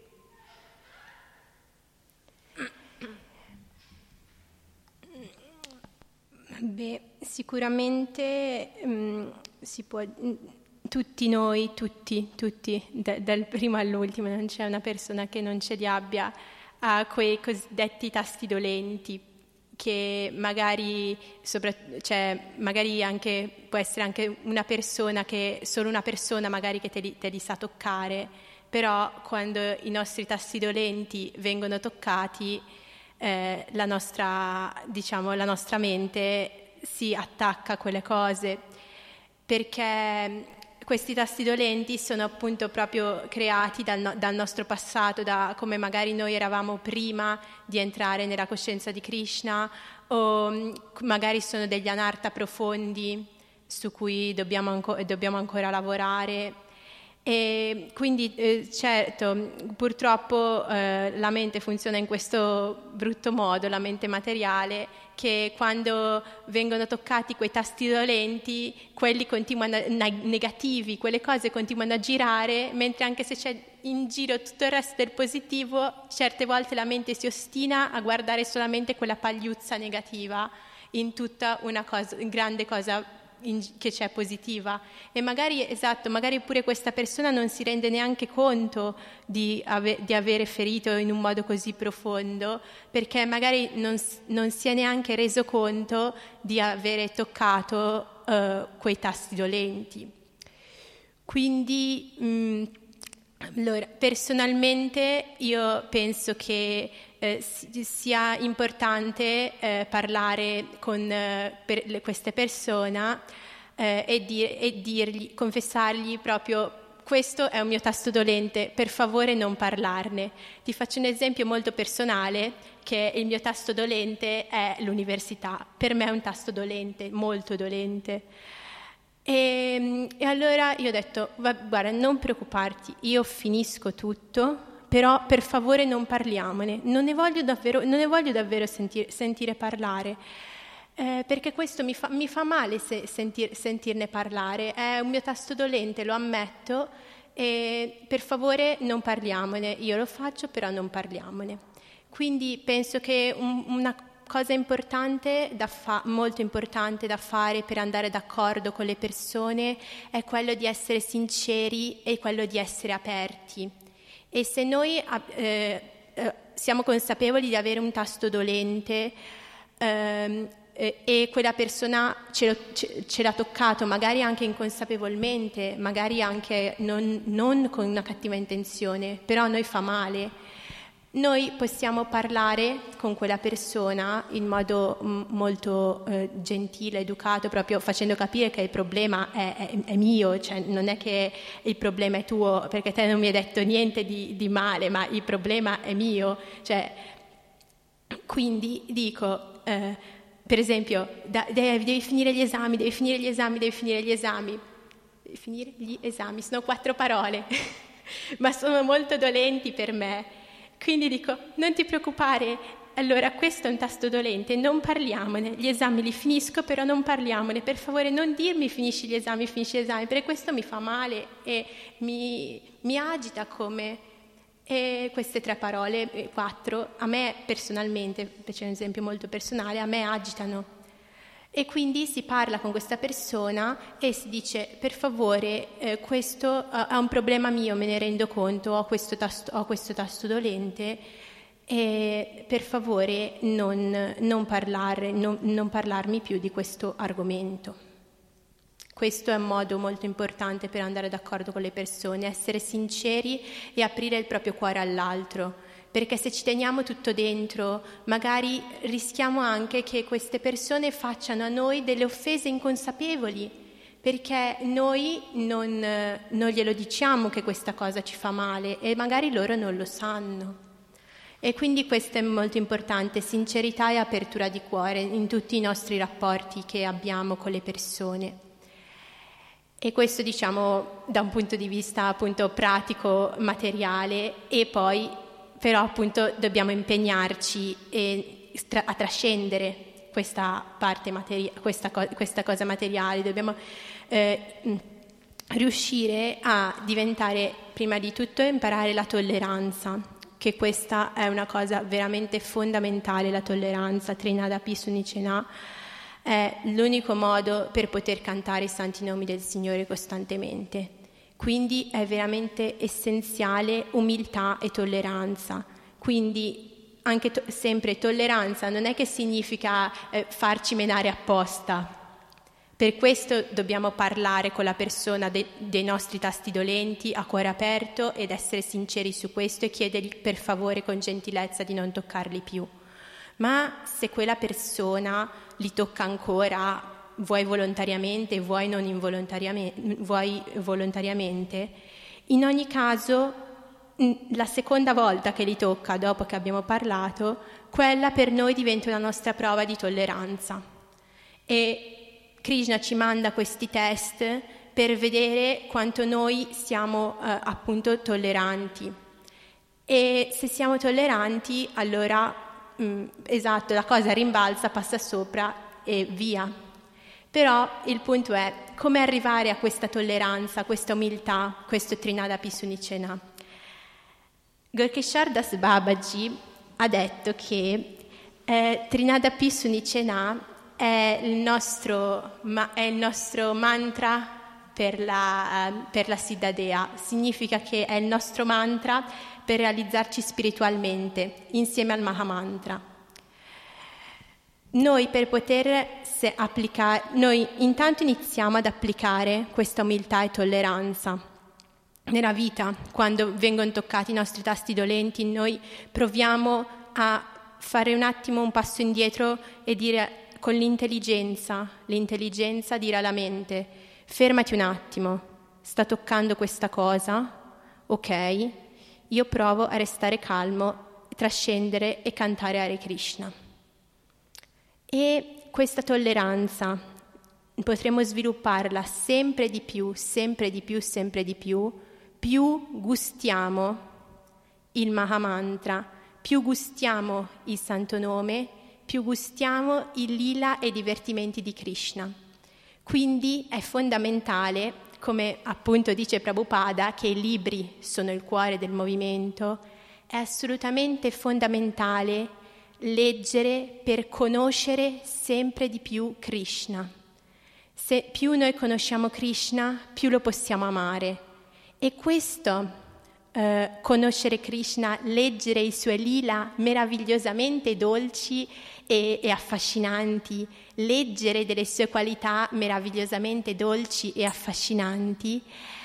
Beh, sicuramente mh, si può... Tutti noi, tutti, tutti, da, dal primo all'ultimo, non c'è una persona che non ce li abbia a quei cosiddetti tasti dolenti, che magari, sopra, cioè, magari anche, può essere anche una persona che, solo una persona magari che te li, te li sa toccare, però quando i nostri tasti dolenti vengono toccati, eh, la nostra, diciamo, la nostra mente si attacca a quelle cose, perché questi tasti dolenti sono appunto proprio creati dal, no, dal nostro passato, da come magari noi eravamo prima di entrare nella coscienza di Krishna, o magari sono degli anarta profondi su cui dobbiamo, anco, dobbiamo ancora lavorare. E quindi eh, certo, purtroppo eh, la mente funziona in questo brutto modo, la mente materiale, che quando vengono toccati quei tasti dolenti, quelli continuano, negativi, quelle cose continuano a girare, mentre anche se c'è in giro tutto il resto del positivo, certe volte la mente si ostina a guardare solamente quella pagliuzza negativa in tutta una cosa, grande cosa In, che c'è positiva, e magari, esatto, magari pure questa persona non si rende neanche conto di, ave, di avere ferito in un modo così profondo, perché magari non, non si è neanche reso conto di avere toccato uh, quei tasti dolenti. Quindi mh, allora, personalmente io penso che Eh, sia importante eh, parlare con eh, per le, queste persone eh, e, dir, e dirgli, confessargli proprio: questo è un mio tasto dolente, per favore non parlarne. Ti faccio un esempio molto personale, che il mio tasto dolente è l'università. Per me è un tasto dolente, molto dolente. E, e allora io ho detto: guarda, non preoccuparti, io finisco tutto, però per favore non parliamone, non ne voglio davvero, non ne voglio davvero sentir, sentire parlare, eh, perché questo mi fa, mi fa male se, sentir, sentirne parlare, è un mio tasto dolente, lo ammetto, e per favore non parliamone, io lo faccio, però non parliamone. Quindi penso che un, una cosa importante, da fa- molto importante da fare per andare d'accordo con le persone è quello di essere sinceri e quello di essere aperti. E se noi eh, siamo consapevoli di avere un tasto dolente ehm, eh, e quella persona ce, lo, ce, ce l'ha toccato, magari anche inconsapevolmente, magari anche non, non con una cattiva intenzione, però a noi fa male. Noi possiamo parlare con quella persona in modo m- molto eh, gentile, educato, proprio facendo capire che il problema è, è, è mio, cioè non è che il problema è tuo perché te non mi hai detto niente di, di male, ma il problema è mio. Cioè, quindi dico, eh, per esempio, da, devi, devi finire gli esami, devi finire gli esami, devi finire gli esami. Devi finire gli esami, sono quattro parole, ma sono molto dolenti per me. Quindi dico, non ti preoccupare, allora questo è un tasto dolente, non parliamone, gli esami li finisco, però non parliamone, per favore non dirmi finisci gli esami, finisci gli esami, perché questo mi fa male e mi, mi agita come... E queste tre parole, quattro, a me personalmente, c'è un esempio molto personale, a me agitano. E quindi si parla con questa persona e si dice, per favore, eh, questo è un problema mio, me ne rendo conto, ho questo tasto, ho questo tasto dolente, e per favore non, non, parlare, non, non parlarmi più di questo argomento. Questo è un modo molto importante per andare d'accordo con le persone, essere sinceri e aprire il proprio cuore all'altro. Perché se ci teniamo tutto dentro, magari rischiamo anche che queste persone facciano a noi delle offese inconsapevoli, perché noi non, non glielo diciamo che questa cosa ci fa male e magari loro non lo sanno. E quindi questo è molto importante, sincerità e apertura di cuore in tutti i nostri rapporti che abbiamo con le persone. E questo diciamo da un punto di vista appunto pratico, materiale, e poi però appunto dobbiamo impegnarci e stra- a trascendere questa parte materi- questa, co- questa cosa materiale, dobbiamo eh, riuscire a diventare prima di tutto imparare la tolleranza, che questa è una cosa veramente fondamentale, la tolleranza. Trinadapi Sunicena è l'unico modo per poter cantare i santi nomi del Signore costantemente. Quindi è veramente essenziale umiltà e tolleranza. Quindi anche to- sempre tolleranza non è che significa eh, farci menare apposta. Per questo dobbiamo parlare con la persona de- dei nostri tasti dolenti a cuore aperto ed essere sinceri su questo e chiedergli per favore con gentilezza di non toccarli più. Ma se quella persona li tocca ancora, vuoi volontariamente, vuoi non involontariamente, vuoi volontariamente, in ogni caso la seconda volta che li tocca dopo che abbiamo parlato, quella per noi diventa una nostra prova di tolleranza. E Krishna ci manda questi test per vedere quanto noi siamo eh, appunto tolleranti. E se siamo tolleranti, allora mh, esatto, la cosa rimbalza, passa sopra e via. Però il punto è come arrivare a questa tolleranza, a questa umiltà, questo Trinadapi Sunicena. Gorkeshwar Das Babaji ha detto che eh, Trinadapi Sunicena è il nostro, ma, è il nostro mantra per la, uh, per la Siddhadea. Significa che è il nostro mantra per realizzarci spiritualmente insieme al Mahamantra. Noi per poter se applicare, noi intanto iniziamo ad applicare questa umiltà e tolleranza nella vita. Quando vengono toccati i nostri tasti dolenti, noi proviamo a fare un attimo un passo indietro e dire con l'intelligenza, l'intelligenza dire alla mente: fermati un attimo, sta toccando questa cosa, ok? Io provo a restare calmo, trascendere e cantare Hare Krishna. E questa tolleranza potremo svilupparla sempre di più, sempre di più, sempre di più, più gustiamo il Mahamantra, più gustiamo il Santo Nome, più gustiamo il lila e i divertimenti di Krishna. Quindi è fondamentale, come appunto dice Prabhupada, che i libri sono il cuore del movimento, è assolutamente fondamentale leggere per conoscere sempre di più Krishna. Se più noi conosciamo Krishna, più lo possiamo amare. E questo eh, conoscere Krishna, leggere i suoi lila meravigliosamente dolci e, e affascinanti, leggere delle sue qualità meravigliosamente dolci e affascinanti,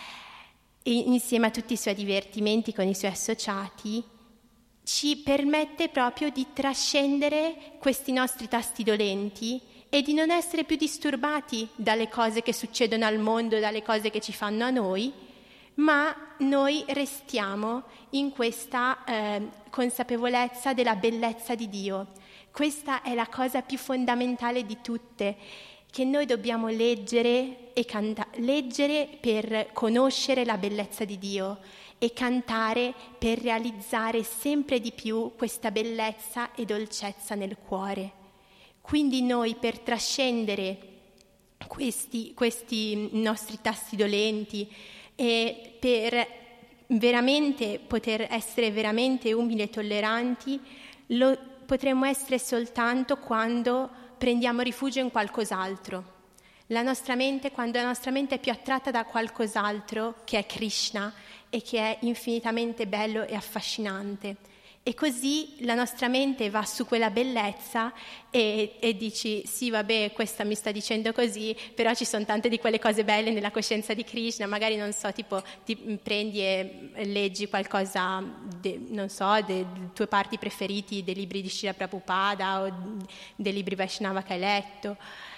e insieme a tutti i suoi divertimenti con i suoi associati, ci permette proprio di trascendere questi nostri tasti dolenti e di non essere più disturbati dalle cose che succedono al mondo, dalle cose che ci fanno a noi, ma noi restiamo in questa eh, consapevolezza della bellezza di Dio. Questa è la cosa più fondamentale di tutte, che noi dobbiamo leggere e canta- leggere per conoscere la bellezza di Dio e cantare per realizzare sempre di più questa bellezza e dolcezza nel cuore. Quindi noi, per trascendere questi, questi nostri tasti dolenti e per veramente poter essere veramente umili e tolleranti, lo potremo essere soltanto quando prendiamo rifugio in qualcos'altro. La nostra mente, quando la nostra mente è più attratta da qualcos'altro che è Krishna e che è infinitamente bello e affascinante. E così la nostra mente va su quella bellezza e, e dici, sì vabbè, questa mi sta dicendo così, però ci sono tante di quelle cose belle nella coscienza di Krishna, magari non so, tipo ti prendi e leggi qualcosa, de, non so, dei tuoi parti preferiti dei libri di Srila Prabhupada o dei libri Vaishnava che hai letto,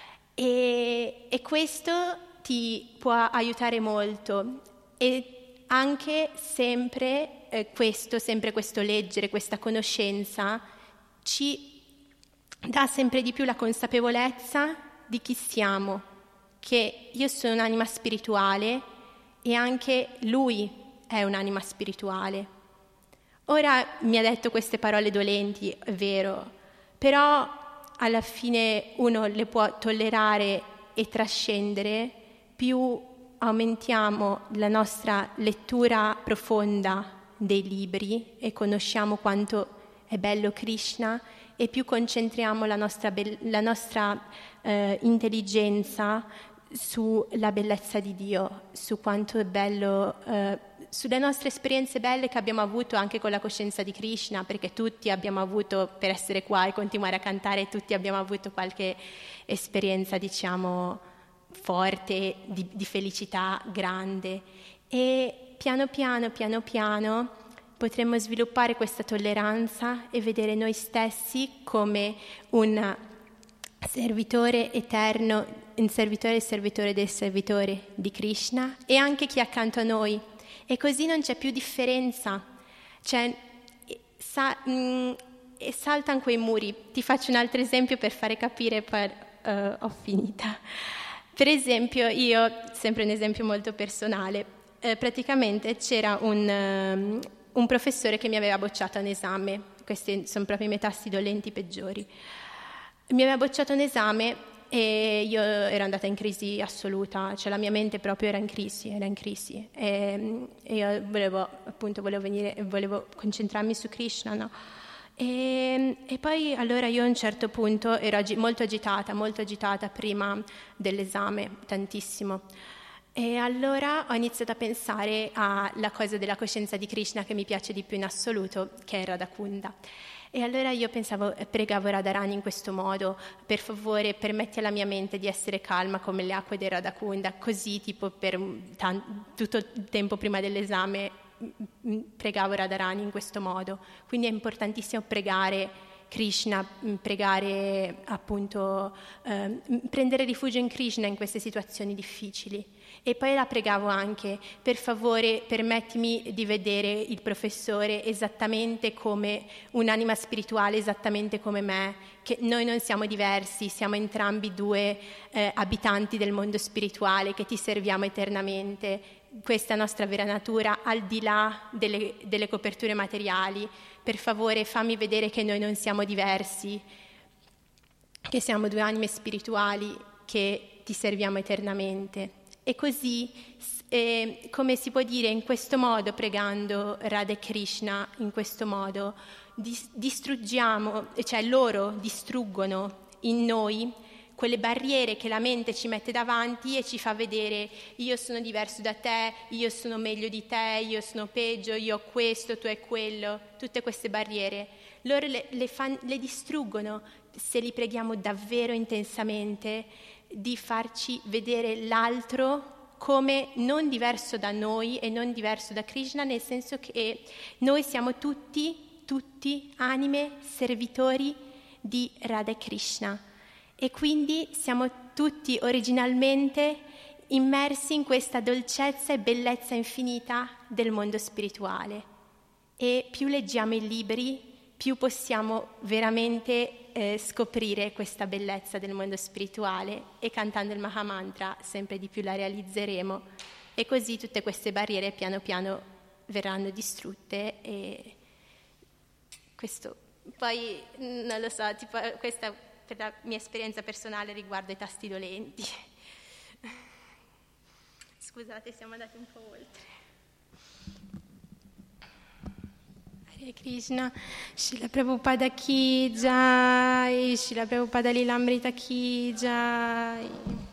e, e questo ti può aiutare molto. E anche sempre eh, questo, sempre questo leggere, questa conoscenza ci dà sempre di più la consapevolezza di chi siamo, che io sono un'anima spirituale e anche lui è un'anima spirituale. Ora mi ha detto queste parole dolenti, è vero, però alla fine uno le può tollerare e trascendere più aumentiamo la nostra lettura profonda dei libri e conosciamo quanto è bello Krishna, e più concentriamo la nostra, be- la nostra eh, intelligenza sulla bellezza di Dio, su quanto è bello, eh, sulle nostre esperienze belle che abbiamo avuto anche con la coscienza di Krishna, perché tutti abbiamo avuto, per essere qua e continuare a cantare, tutti abbiamo avuto qualche esperienza, diciamo, forte, di, di felicità grande, e piano piano, piano piano potremo sviluppare questa tolleranza e vedere noi stessi come un servitore eterno, un servitore e servitore del servitore di Krishna, e anche chi è accanto a noi, e così non c'è più differenza, cioè sa, mh, e saltano quei muri. Ti faccio un altro esempio per fare capire, poi uh, ho finita. Per esempio, io, sempre un esempio molto personale, eh, praticamente c'era un, um, un professore che mi aveva bocciato un esame, questi sono proprio i miei tasti dolenti peggiori, mi aveva bocciato un esame e io ero andata in crisi assoluta, cioè la mia mente proprio era in crisi, era in crisi, e, e io volevo, appunto, volevo venire, volevo concentrarmi su Krishna, no? E, e poi allora io a un certo punto ero agi- molto agitata, molto agitata prima dell'esame, tantissimo. E allora ho iniziato a pensare alla cosa della coscienza di Krishna che mi piace di più in assoluto, che è Radhakunda. E allora io pensavo, pregavo Radharani in questo modo: per favore permetti alla mia mente di essere calma come le acque del Radhakunda, così tipo per tan- tutto il tempo prima dell'esame pregavo Radharani in questo modo. Quindi è importantissimo pregare Krishna, pregare appunto, eh, prendere rifugio in Krishna in queste situazioni difficili. E poi la pregavo anche: per favore permettimi di vedere il professore esattamente come un'anima spirituale, esattamente come me, che noi non siamo diversi, siamo entrambi due eh, abitanti del mondo spirituale che ti serviamo eternamente. Questa è la nostra vera natura, al di là delle, delle coperture materiali. Per favore fammi vedere che noi non siamo diversi, che siamo due anime spirituali che ti serviamo eternamente. E così, eh, come si può dire, in questo modo, pregando Radha e Krishna, in questo modo dis- distruggiamo, cioè loro distruggono in noi quelle barriere che la mente ci mette davanti e ci fa vedere io sono diverso da te, io sono meglio di te, io sono peggio, io ho questo, tu hai quello, tutte queste barriere. Loro le, le, fan, le distruggono se li preghiamo davvero intensamente di farci vedere l'altro come non diverso da noi e non diverso da Krishna, nel senso che noi siamo tutti, tutti anime servitori di Radha e Krishna. E quindi siamo tutti originalmente immersi in questa dolcezza e bellezza infinita del mondo spirituale. E più leggiamo i libri, più possiamo veramente eh, scoprire questa bellezza del mondo spirituale, e cantando il Mahamantra sempre di più la realizzeremo, e così tutte queste barriere piano piano verranno distrutte. E questo poi non lo so, tipo questa per la mia esperienza personale riguardo ai tasti dolenti. Scusate, siamo andati un po' oltre. Hare Krishna, Srila Prabhupada Ki Jai, Srila Prabhupada Lilamrita Ki Jai.